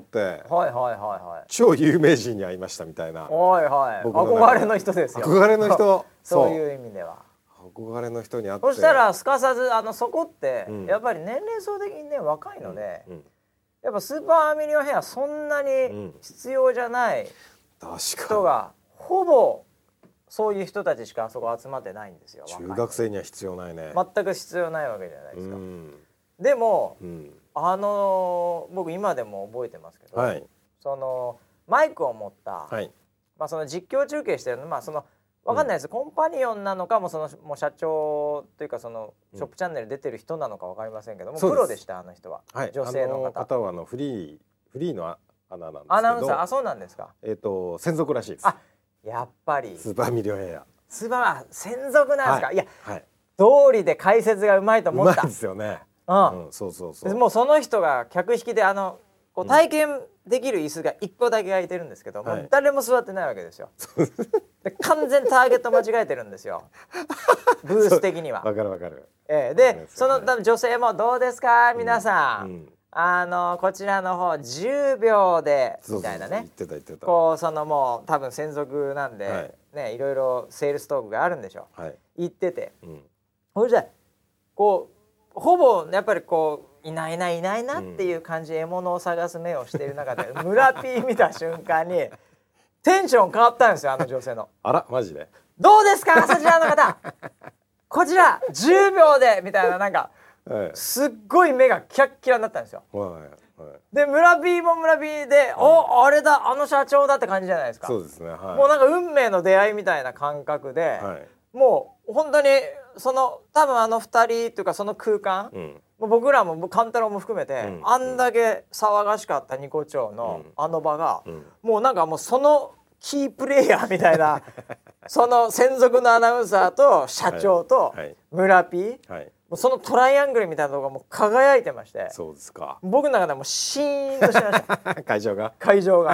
超有名人に会いましたみたいな。 憧れの人ですよ。 憧れの人。 そういう意味では。 憧れの人に会って。 そしたらすかさずそこってやっぱり年齢層的にね若いので、やっぱスーパーアミリオンヘアそんなに必要じゃない人がほぼそういう人たちしかあそこ集まってないんですよ。 中学生には必要ないね。 全く必要ないわけじゃないですか。でも、僕今でも覚えてますけど、そのマイクを持った、その実況中継してるの、その分かんないです、コンパニオンなのかももう社長というかそのショップチャンネル出てる人なのか分かりませんけども、プロでした。あの人は、女性の方はフリーのアナなんですけど、 アナウンサー。そうなんですか。 専属らしいです。 やっぱりスーパーミリオンヘアスーパー専属なんですか。いや、通りで解説がうまいと思った。 うまいですよね。そうもうその人が客引きでこう体験できる椅子が1個だけ空いてるんですけど、もう誰も座ってないわけですよ。で完全ターゲット間違えてるんですよ、ブース的には。 わかるわかる。 でその多分女性もどうですか皆さん、こちらの方10秒でみたいなね。こうもう多分専属なんでね、いろいろセールストークがあるんでしょう。言ってて、それじゃこうほぼやっぱりこういないなっていう感じで獲物を探す目をしている中で村 P 見た瞬間にテンション変わったんですよ、女性の。 あらマジで。 どうですかそちらの方こちら10秒でみたいな、なんかすっごい目がキラッキラになったんですよ。で村 P も村 P であれだ社長だって感じじゃないですか。 そうですね。 もうなんか運命の出会いみたいな感覚で、もう本当に多分2人というかその空間、僕らも勘太郎も含めて、あんだけ騒がしかったニコ町の場が、もうなんかもうそのキープレイヤーみたいなその専属のアナウンサーと社長と村 P、そのトライアングルみたいなのがもう輝いてまして。 そうですか。 僕の中でもシーンとしました会場が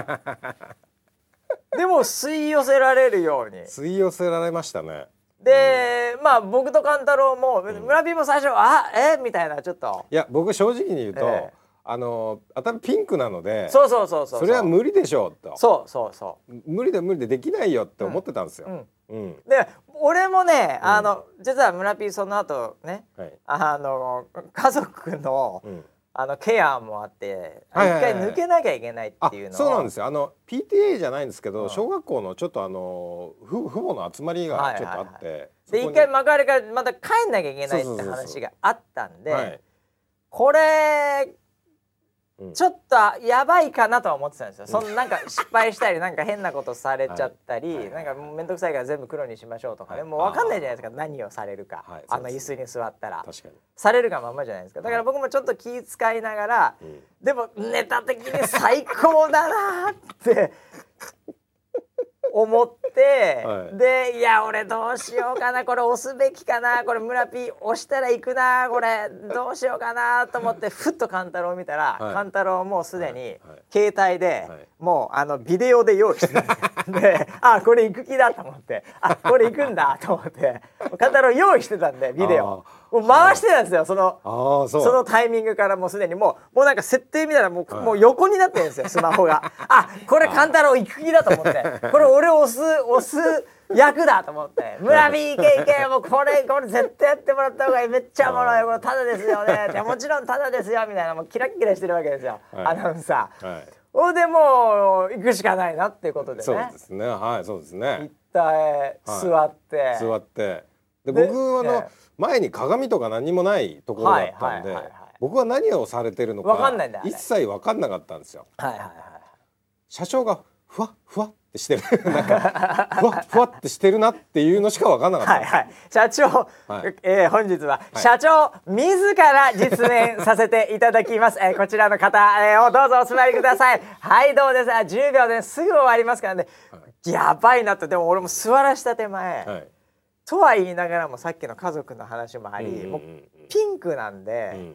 でも吸い寄せられるように吸い寄せられましたね。 で僕と勘太郎も村 P も最初みたいなちょっと。 いや僕正直に言うと、頭ピンクなので、 それは無理でしょうと。 そう無理でできないよって思ってたんですよ。 で俺もね実は村 P その後ね、家族のケアもあって一回抜けなきゃいけないっていうのを。 そうなんですよ。PTA じゃないんですけど、小学校のちょっと父母の集まりがちょっとあって、 で一回幕張からまた帰んなきゃいけないって話があったんで、これちょっとやばいかなとは思ってたんですよ。なんか失敗したりなんか変なことされちゃったり、なんかもう面倒くさいから全部黒にしましょうとかね、もう分かんないじゃないですか、何をされるか。椅子に座ったらされるがまんまじゃないですか。だから僕もちょっと気遣いながら、でもネタ的に最高だなって思って、でいや俺どうしようかな、これ押すべきかな、これ村 P 押したら行くな、これどうしようかなと思ってふっと勘太郎を見たら、勘太郎もうすでに携帯でもうビデオで用意してたんでこれ行く気だと思って、これ行くんだと思って勘太郎用意してたんでビデオもう回してたんですよ。そのタイミングからもうすでにもうなんか設定見たらもう横になってるんですよ、スマホが。これ勘太郎行く気だと思って、これ俺押す役だと思って「村 P 行けもうこれ絶対やってもらった方がいい、めっちゃおもろい、これタダですよね」って「もちろんタダですよ」みたいな、もうキラッキラしてるわけですよ、アナウンサー。ほんでもう行くしかないなっていうことでね。 そうですね。そうですね。 一体座ってで僕前に鏡とか何もないところだったんで、僕は何をされてるのか一切分かんなかったんですよ。社長がふわふわってしてるなんかふわふわってしてるなっていうのしか分かんなかったんです。 社長、本日は社長自ら実演させていただきます。こちらの方、をどうぞお座りください。はいどうです。10秒ですぐ終わりますからね。やばいなと。でも俺も座らした手前、とは言いながらもさっきの家族の話もあり、もうピンクなんで、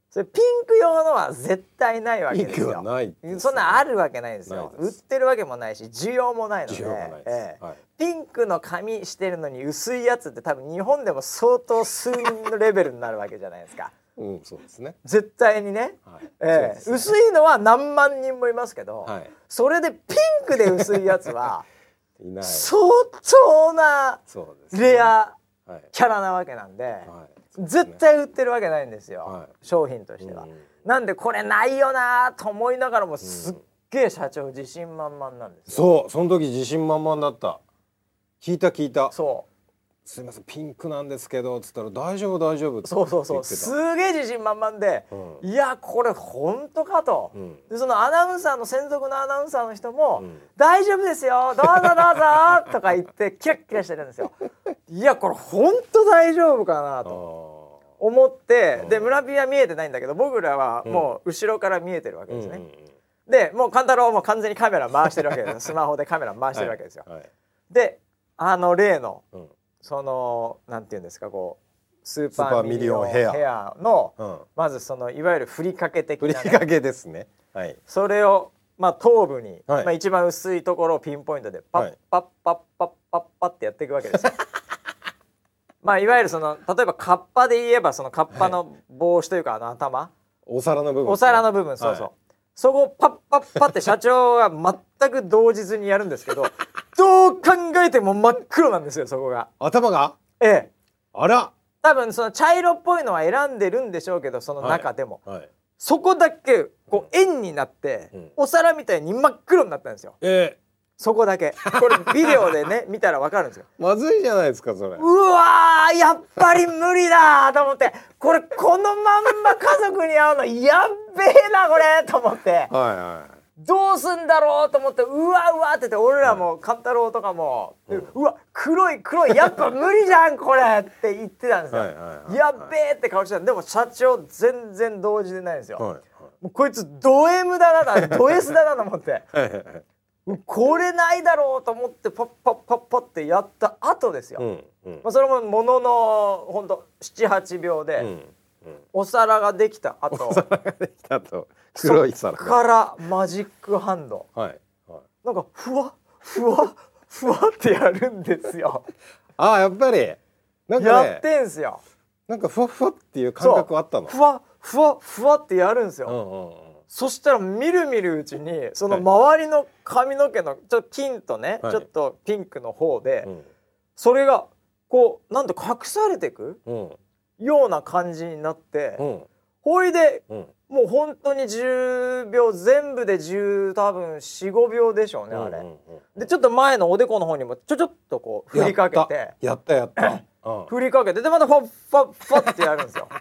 それピンク用のは絶対ないわけですよ。 ピンクはないですね、 そんなあるわけないんですよ。売ってるわけもないし需要もないので、ピンクの紙してるのに薄いやつって多分日本でも相当数人のレベルになるわけじゃないですか。 うん、そうですね。 絶対にね、薄いのは何万人もいますけど、それでピンクで薄いやつはいない相当なレアキャラなわけなんで、絶対売ってるわけないんですよ、商品としては。なんでこれないよなと思いながらもすっげえ社長自信満々なんですよ。その時自信満々だった。聞いた。 そうすいませんピンクなんですけどつったら大丈夫ってそうすげえ自信満々で、いやこれ本当かと、でそのアナウンサーの専属のアナウンサーの人も、大丈夫ですよどうぞどうぞとか言ってキラッキラしてるんですよ。いやこれ本当大丈夫かなと思って、で村 P は見えてないんだけど僕らはもう後ろから見えてるわけですね。でもう勘太郎はもう完全にカメラ回してるわけですスマホでカメラ回してるわけですよ。で例のそのなんていうんですかこうスーパーミリオンヘアの、まずそのいわゆるふりかけ的な、 ふりかけですね、 それを頭部に、一番薄いところをピンポイントでパッパッパッパッパッパッってやっていくわけですよ。いわゆるその例えばカッパで言えばそのカッパの帽子というか頭、 お皿の部分、 そうそこをパッパッパって社長は全く動じずにやるんですけどどう考えても真っ黒なんですよそこが。 頭が？あら。 多分その茶色っぽいのは選んでるんでしょうけどその中でも、そこだけこう円になって、お皿みたいに真っ黒になったんですよ。そこだけこれビデオでね見たら分かるんですよ。 まずいじゃないですかそれ。 うわーやっぱり無理だと思ってこのまんま家族に会うのやっべえなこれと思って、どうすんだろうと思ってうわって言って俺らも勘太郎とかも、うわ黒いやっぱ無理じゃんこれって言ってたんですよ。やっべえって顔してた。でも社長全然動じてないんですよ。もうこいつド M だなド S だなと思ってこれないだろうと思ってパッパッパッパッってやった後ですよ。それももののほんと 7,8 秒で、お皿ができた後黒い皿そっからマジックハンド、なんかふわってやるんですよ。 やっぱりなんかやってんすよ。 なんかふわっていう感覚あったの。 ふわってやるんですよ。そしたらみるみるうちにその周りの髪の毛のちょっと金とね、ちょっとピンクの方で、それがこうなんと隠されていくような感じになって、ほいで、もう本当に10秒全部で10多分 4,5 秒でしょうねあれ。でちょっと前のおでこの方にもちょっとこう振りかけてやった振りかけてでまたファってやるんですよ。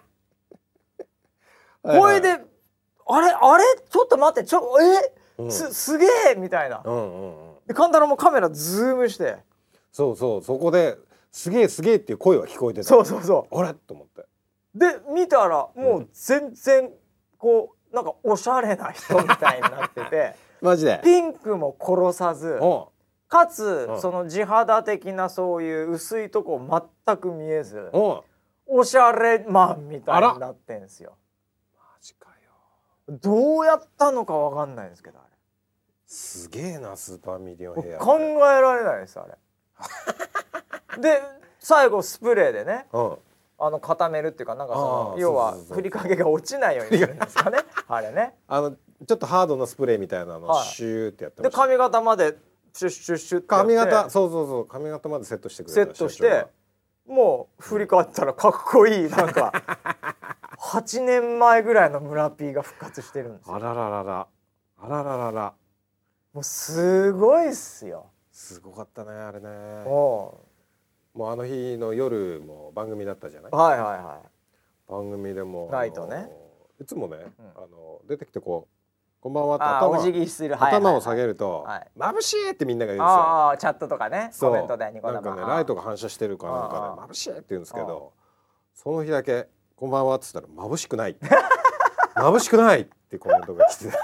ほいであれちょっと待ってすげえみたいな。で勘太郎もカメラズームしてそこですげえっていう声は聞こえてた。あれと思ってで見たらもう全然こうなんかおしゃれな人みたいになっててマジでピンクも殺さずかつその地肌的なそういう薄いとこ全く見えずおしゃれマンみたいになってんすよ。 マジかよ。 どうやったのかわかんないんですけどあれすげえなスーパーミリオンヘア考えられないですあれ。で最後スプレーでね固めるっていうかなんかその要はふりかけが落ちないようにするんですかねあれね。 ちょっとハードなスプレーみたいなのをシューってやってました。 で髪型までシュッシュッシュッって髪型そう髪型までセットしてくれた。 セットしてもう振り返ったらかっこいいなんか8年前ぐらいの村 P が復活してるんですよ。 あららもうすごいっすよ。 すごかったねあれね。もうあの日の夜も番組だったじゃない。番組でもライトねいつもね出てきてこんばんはって頭を下げると眩しいってみんなが言うんですよ。 チャットとかねコメントでニコ生なんかねライトが反射してるかなんかね眩しいって言うんですけど、その日だけこんばんはって言ったら眩しくない眩しくないってコメントが来て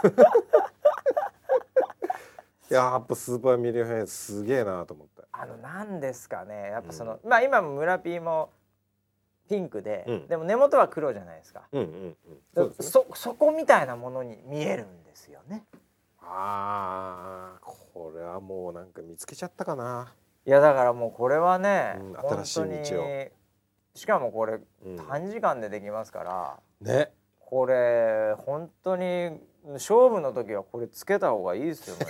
やっぱスーパーミリオンヘアすげえなと思って。 なんですかねやっぱその今も村 P もピンクで、 うん、 でも根元は黒じゃないですか。そこみたいなものに見えるんですよね。 ああ、これはもうなんか見つけちゃったかな。 いやだからもうこれはね、 新しい道を。 しかもこれ、短時間でできますからね。 これ本当に勝負の時はこれつけた方がいいですよね。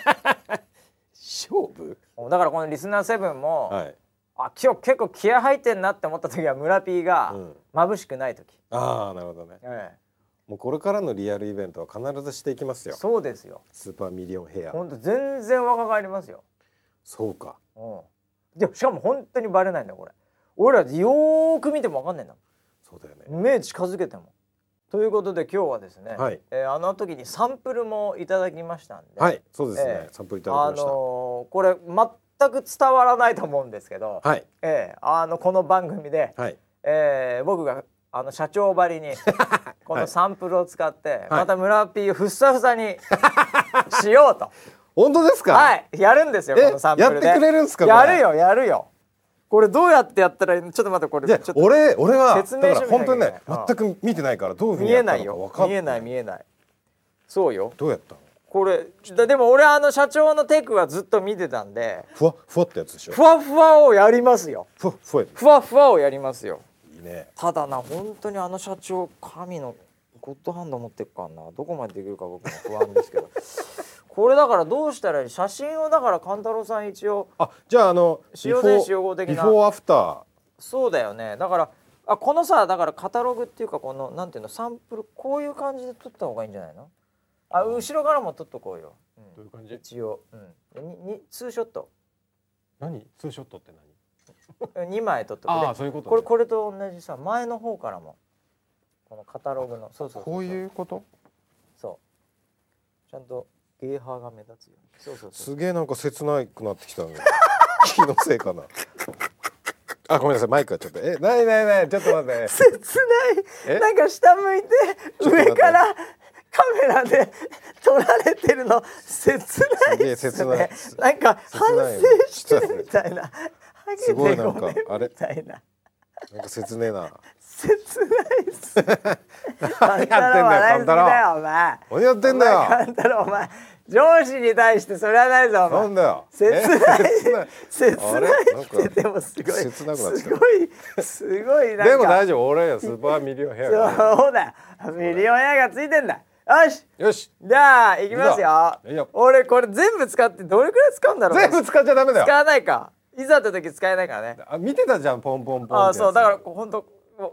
勝負？ だからこのリスナー7も、 はい、 今日結構気合入ってんなって思った時は村 P が眩しくない時。 ああ、なるほどね。もうこれからのリアルイベントは必ずしていきますよ。 そうですよ。 スーパーミリオンヘア。 本当全然若返りますよ。 そうか。 でしかも本当にバレないんだよこれ。俺らよーく見ても分かんないんだもん。 そうだよね。 目近づけても。ということで今日はですね、 はい、 あの時にサンプルもいただきましたんで、 はい、そうですね、サンプルいただきました。 これ全く伝わらないと思うんですけど、 はい、 この番組で、はい、僕が社長ばりにこのサンプルを使って、はい、また村 P をふっさふさにしようと。 本当ですか？ はい、やるんですよこのサンプルで。 やってくれるんですか？ やるよやるよ。これどうやってやったらいいの？ちょっと待ってこれ。 じゃあ俺は説明だから本当にね全く見てないからどういうふうにやったのか分かんない。 見えない見えない。そうよ。 どうやったの？ これでも俺社長のテクはずっと見てたんで。 ふわふわってやつでしょ。 ふわふわをやりますよ。 ふわふわをやりますよ。 いいね。 ただな本当に社長神のゴッドハンド持ってくからな、どこまでできるか僕も不安ですけど。これだからどうしたらいい？写真をだから勘太郎さん一応じゃあ使用前使用後的なビフォーアフター。 そうだよね。だからこのさだからカタログっていうかこのなんていうのサンプルこういう感じで撮った方がいいんじゃないの？後ろからも撮っとこうよ。 どういう感じ？ 一応ツーショット。 何？ツーショットって何？2枚撮っとく。 そういうことね。 これと同じさ前の方からもこのカタログのそうこういうこと？ そうちゃんとゲーハーが目立つよ。そうすげえなんか切なくなってきたね。気のせいかな。ごめんなさいマイクはちょっとないちょっと待って。 切ない。なんか下向いて上からカメラで撮られてるの切ないですね。なんか反省してるみたいな。 すごいなんかあれみたいな。 なんか切ねえな。 切ないっす。 何やってんだよカンタロウ。 お前。 何やってんだよ。 カンタロウお前。上司に対してそれはないぞお前。 なんだよ。 切ないってでもすごい。 切なくなっちゃう。すごいなんか。 でも大丈夫俺よスーパーミリオンヘア。 そうだよ。ミリオンヘアがついてんだ。よし。じゃあ行きますよ。俺これ全部使ってどれくらい使うんだろう。 全部使っちゃダメだよ。 使わないか。いざって時使えないからね。 見てたじゃんポンポンポン。 そうだから本当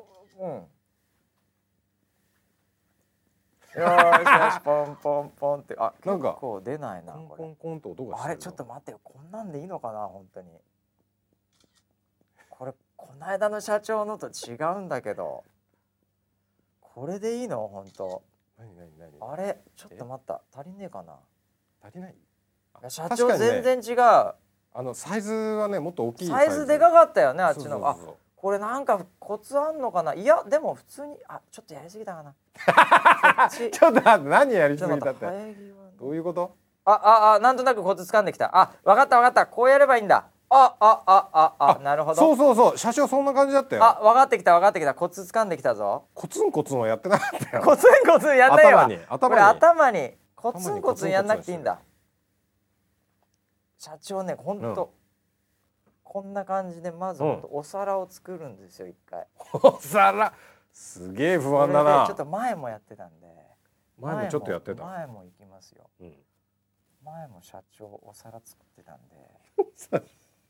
よしポンポンポンって結構出ないなこれ。 ポンポンと音が。 あれちょっと待ってよこんなんでいいのかな本当に。これこの間の社長のと違うんだけど。これでいいの本当。 何。 あれちょっと待った足りねえかな。 足りない？ 社長全然違う。 サイズはねもっと大きいサイズでかかったよねあっちの。これなんかコツあんのかな。いやでも普通にちょっとやりすぎたかな。 ちょっと待って何やりすぎたって。どういうこと？ なんとなくコツ掴んできた。わかったこうやればいいんだ。なるほど。 そう社長そんな感じだったよ。 わかってきたコツ掴んできたぞ。 コツンコツンはやってなかったよ。 コツンコツンやんないわ。 これ頭にコツンコツンやんなくていいんだ。社長ねほんとこんな感じでまずお皿を作るんですよ一回。 お皿すげえ不安だな。 ちょっと前もやってたんで。 前もちょっとやってた。 前も行きますよ。前も社長お皿作ってたんで。大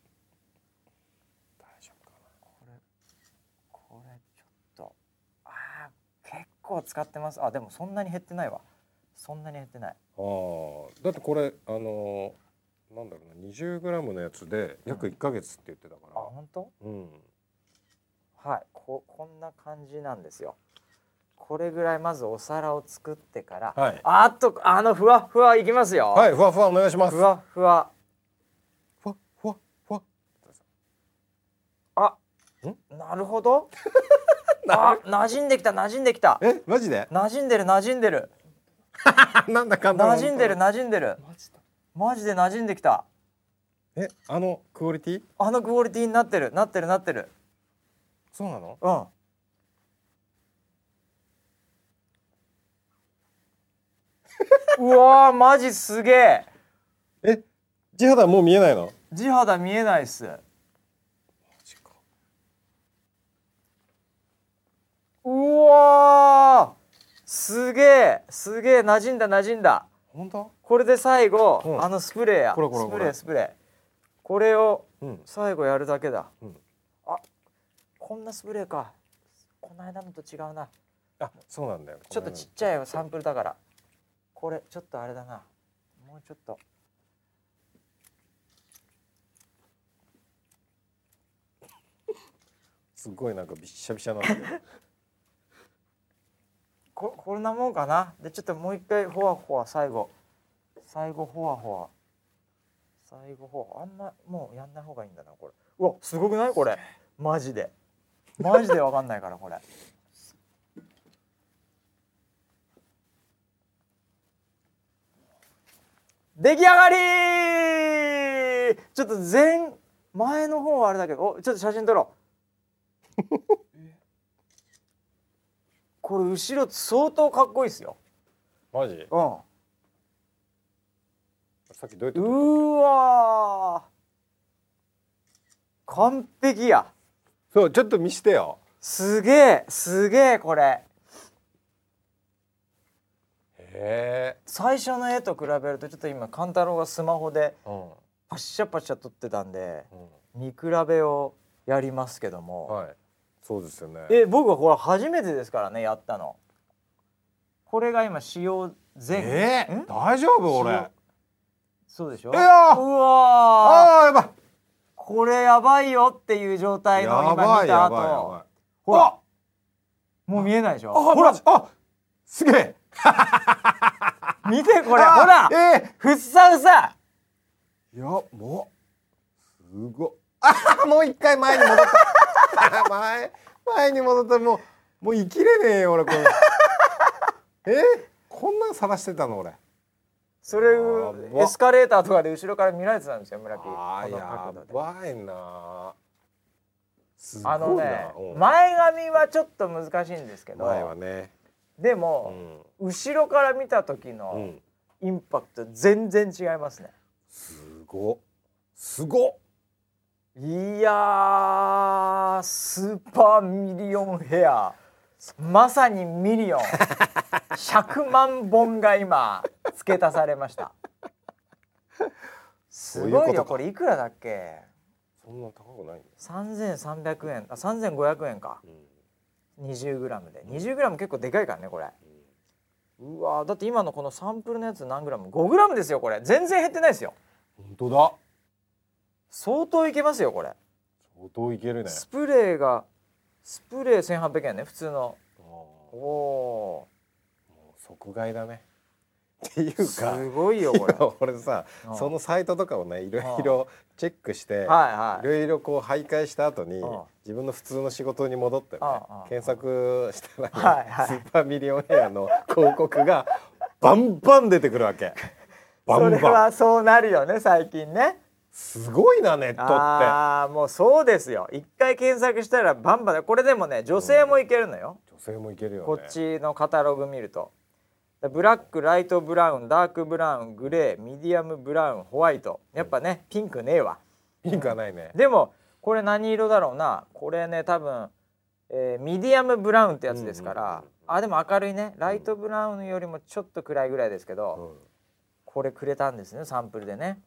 丈夫かな。これちょっと結構使ってます。でもそんなに減ってないわ。そんなに減ってない。 だってこれなんだろうな 20g のやつで約1ヶ月って言ってたから。 本当？はい、こんな感じなんですよ。これぐらいまずお皿を作ってから、あとふわふわいきますよ。 はい、ふわふわお願いします。 ふわふわ。 ふわふわふわ。 なるほど。馴染んできた。 マジで？ 馴染んでる。 なんだかんだ。 馴染んでる。マジで馴染んできた。 クオリティ？ クオリティになってる。 そうなの？ うん。うわーマジすげえ。 え、地肌もう見えないの？ 地肌見えないっす。マジか。 うわーすげえすげえ、馴染んだ馴染んだ。 本当？ これで最後、 うん、 あのスプレーや。 これスプレーこれをうん最後やるだけだ、 うん、 あ、こんなスプレーか。この間のと違うな。 あ、そうなんだよ。 ちょっとちっちゃいサンプルだから。これちょっとあれだな。もうちょっと。 すごいなんかびっしゃびしゃなんだけど。 こんなもんかな。でちょっともう一回ほわほわ最後ほわほわあんまもうやんない方がいいんだなこれ。うわすごくないこれ。マジでわかんないからこれ。出来上がり。ちょっと前の方はあれだけど、ちょっと写真撮ろう。これ後ろ相当かっこいいですよ。 マジ？ うん。 さっきどうやって撮ったっけ？ うわー完璧や。 そうちょっと見してよ。 すげえこれ。 へえ。 最初の絵と比べるとちょっと今勘太郎がスマホでパシャパシャ撮ってたんで、見比べをやりますけども、 はい、そうですよね。 僕はこれ初めてですからねやったの。これが今使用前。 大丈夫俺？ そうでしょ。 うわーやばい。 これやばいよっていう状態の今見た後、ほらもう見えないでしょ。ほらすげえ。 見てこれほら、ふっさふさ。 いやもうすごい。もう一回前に戻った。前に戻った。もう生きれねえよ俺これ。こんなん晒してたの俺。 それエスカレーターとかで後ろから見られてたんですよ村木。 やばいな。 前髪はちょっと難しいんですけど、 前はね。 でも、後ろから見た時のインパクト全然違いますね。 すごっ。 いやースーパーミリオンヘア、まさにミリオン100万本が今付け足されました。すごいよ。これいくらだっけ？ そんな高くないんだ。 3300円、3500円か、20g で。20g 結構でかいからねこれ。うわだって今のこのサンプルのやつ何グラム？5gですよこれ。全然減ってないですよ。 本当だ。 相当いけますよこれ。 相当いけるね。 スプレー1800円ね普通の。お即買いだね。っていうかすごいよこれ。 俺さそのサイトとかをねいろいろチェックしていろいろこう徘徊した後に自分の普通の仕事に戻ってね検索したらスーパーミリオンヘアの広告がバンバン出てくるわけ。 それはそうなるよね最近ね。 すごいなネットって。 もうそうですよ。一回検索したらバンバン。これでもね女性もいけるのよ。 女性もいけるよね。 こっちのカタログ見るとブラック、ライトブラウン、ダークブラウン、グレー、ミディアムブラウン、ホワイト。やっぱねピンクねえわ。 ピンクはないね。 でもこれ何色だろうな。これね多分、ミディアムブラウンってやつですから、でも明るいね。ライトブラウンよりもちょっと暗いぐらいですけど、これくれたんですねサンプルでね。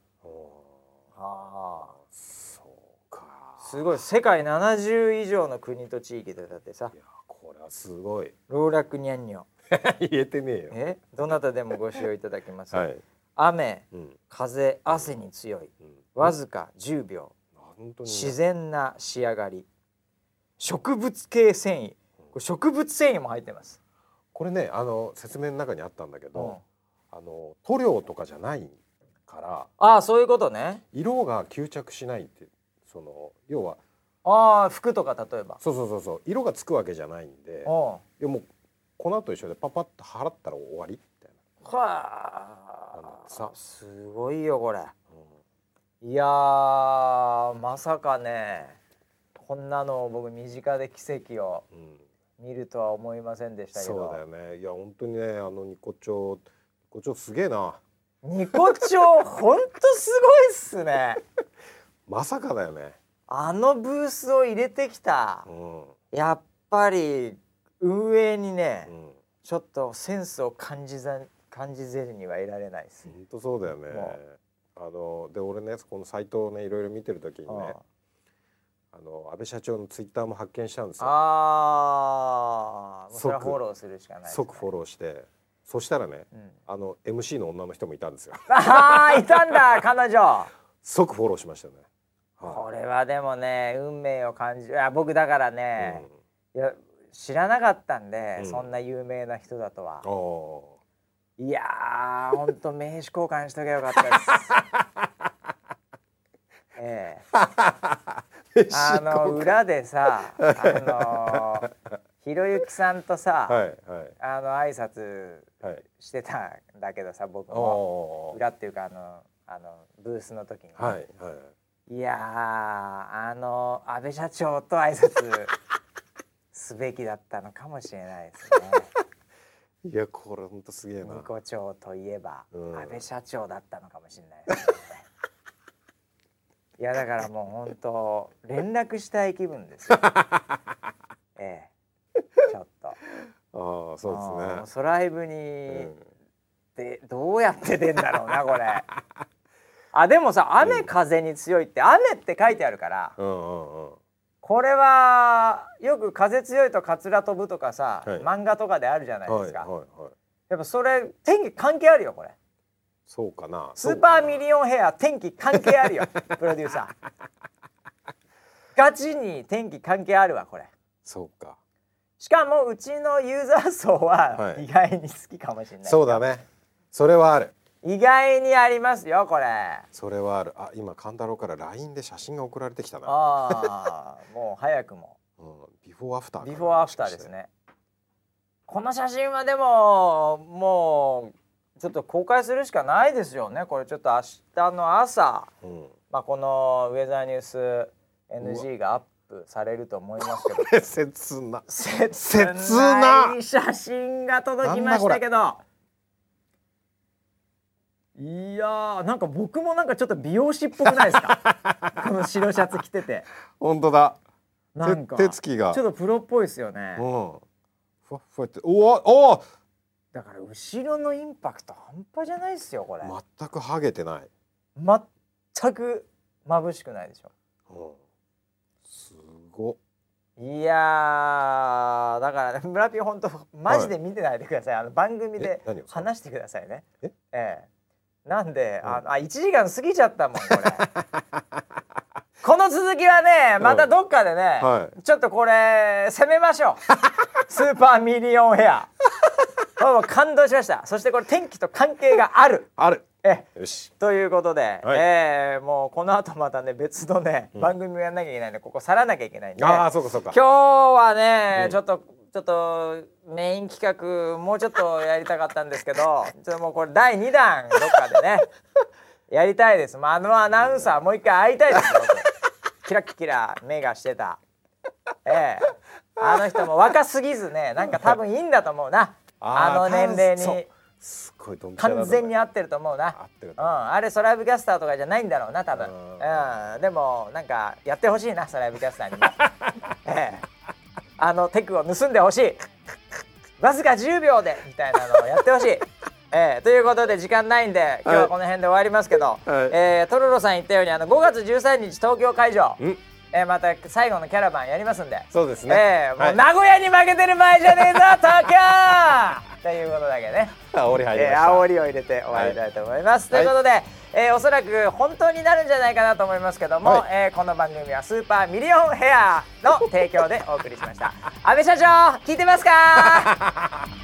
そうか。 すごい。世界70以上の国と地域でだってさ。 いやこれはすごい。 老若にゃんにょ言えてねえよ。 どなたでもご使用いただけます。 はい、 雨、風、汗に強い、わずか10秒、自然な仕上がり、植物系繊維。これ植物繊維も入ってます。 これね説明の中にあったんだけど、塗料とかじゃないから。 そういうことね。 色が吸着しないって、要は服とか例えばそう色がつくわけじゃないんで、もう粉と一緒でパパッと払ったら終わりみたいな。 はあすごいよこれ。いやまさかねこんなのを僕身近で奇跡を見るとは思いませんでしたけど、 そうだよね。いや本当にね、ニコ町すげえな。 ニコ町ほんとすごいっすね。 まさかだよね。 あのブースを入れてきた、やっぱり運営にね、ちょっとセンスを感じぜるにはいられないです。 本当そうだよね。で俺ね、このサイトをねいろいろ見てる時にね、安倍社長のツイッターも発見したんですよ。 もうそれはフォローするしかないですね。 即フォローして、そしたらね、MC の女の人もいたんですよ。 いたんだ彼女。 即フォローしましたね。 これはでもね、運命を感じる。僕だからね、いや知らなかったんで、そんな有名な人だとは。いやー、ほんと名刺交換しとけばよかったです。裏でさ、ひろゆきさんとさ、挨拶してたんだけどさ、僕も裏っていうかブースの時に、いやー、安倍社長と挨拶すべきだったのかもしれないですね。 いやこれほんとすげえな。 ニコ町といえば、安倍社長だったのかもしれないですね。いやだからもうほんと連絡したい気分ですよ。ちょっと。 そうですね。 ソライブに、でどうやって出んだろうなこれ。でもさ、雨風に強いって雨って書いてあるから、これはよく風強いとカツラ飛ぶとかさ、漫画とかであるじゃないですか。やっぱそれ天気関係あるよこれ。 そうかな。 スーパーミリオンヘア天気関係あるよプロデューサー。ガチに天気関係あるわこれ。 そうか。 しかもうちのユーザー層は意外に好きかもしれない。 そうだね。それはある。 意外にありますよこれ。 それはある。今勘太郎から LINE で写真が送られてきたな。 もう早くも、 ビフォーアフター。 ビフォーアフターですね。この写真はでももうちょっと公開するしかないですよね。これちょっと明日の朝、このウェザーニュース NG がアップされると思いますけど。 これ切ない写真が届きましたけど。いやー、なんか僕もなんかちょっと美容師っぽくないですか？この白シャツ着てて。 本当だ。 なんか手つきがちょっとプロっぽいですよね。 ふわふわって、おだから後ろのインパクト半端じゃないですよこれ。 全くハゲてない。 全く眩しくないでしょ。 すご。 いやだからね、村ピー本当マジで見てないでください。番組で話してくださいね。なんで1時間過ぎちゃったもんこれ。この続きはね、またどっかでね、ちょっとこれ攻めましょう。スーパーミリオンヘア。感動しました。そしてこれ天気と関係がある。よし。ということで、もうこの後またね別のね、番組をやんなきゃいけないんで、ここ去らなきゃいけないんで。 そうかそうか。 今日はね、ちょっとメイン企画もうちょっとやりたかったんですけど、もうこれ第2弾どっかでねやりたいです。アナウンサーもう一回会いたいですよ。キラキラ目がしてた。あの人も若すぎずね、なんか多分いいんだと思うな。年齢にすごいドンピシャだ完全に合ってると思うな。あれソライブキャスターとかじゃないんだろうな多分。でもなんかやってほしいな、ソライブキャスターにも。テクを盗んでほしい。わずか10秒でみたいなのをやってほしい。ということで時間ないんで今日はこの辺で終わりますけど、トロロさん言ったように5月13日東京会場、また最後のキャラバンやりますんで。 そうですね。 もう名古屋に負けてる場合じゃねえぞ東京ということだけね、 煽り入りました。 煽りを入れて終わりたいと思います。ということで、おそらく本当になるんじゃないかなと思いますけども、この番組はスーパーミリオンヘアの提供でお送りしました。安倍社長聞いてますか？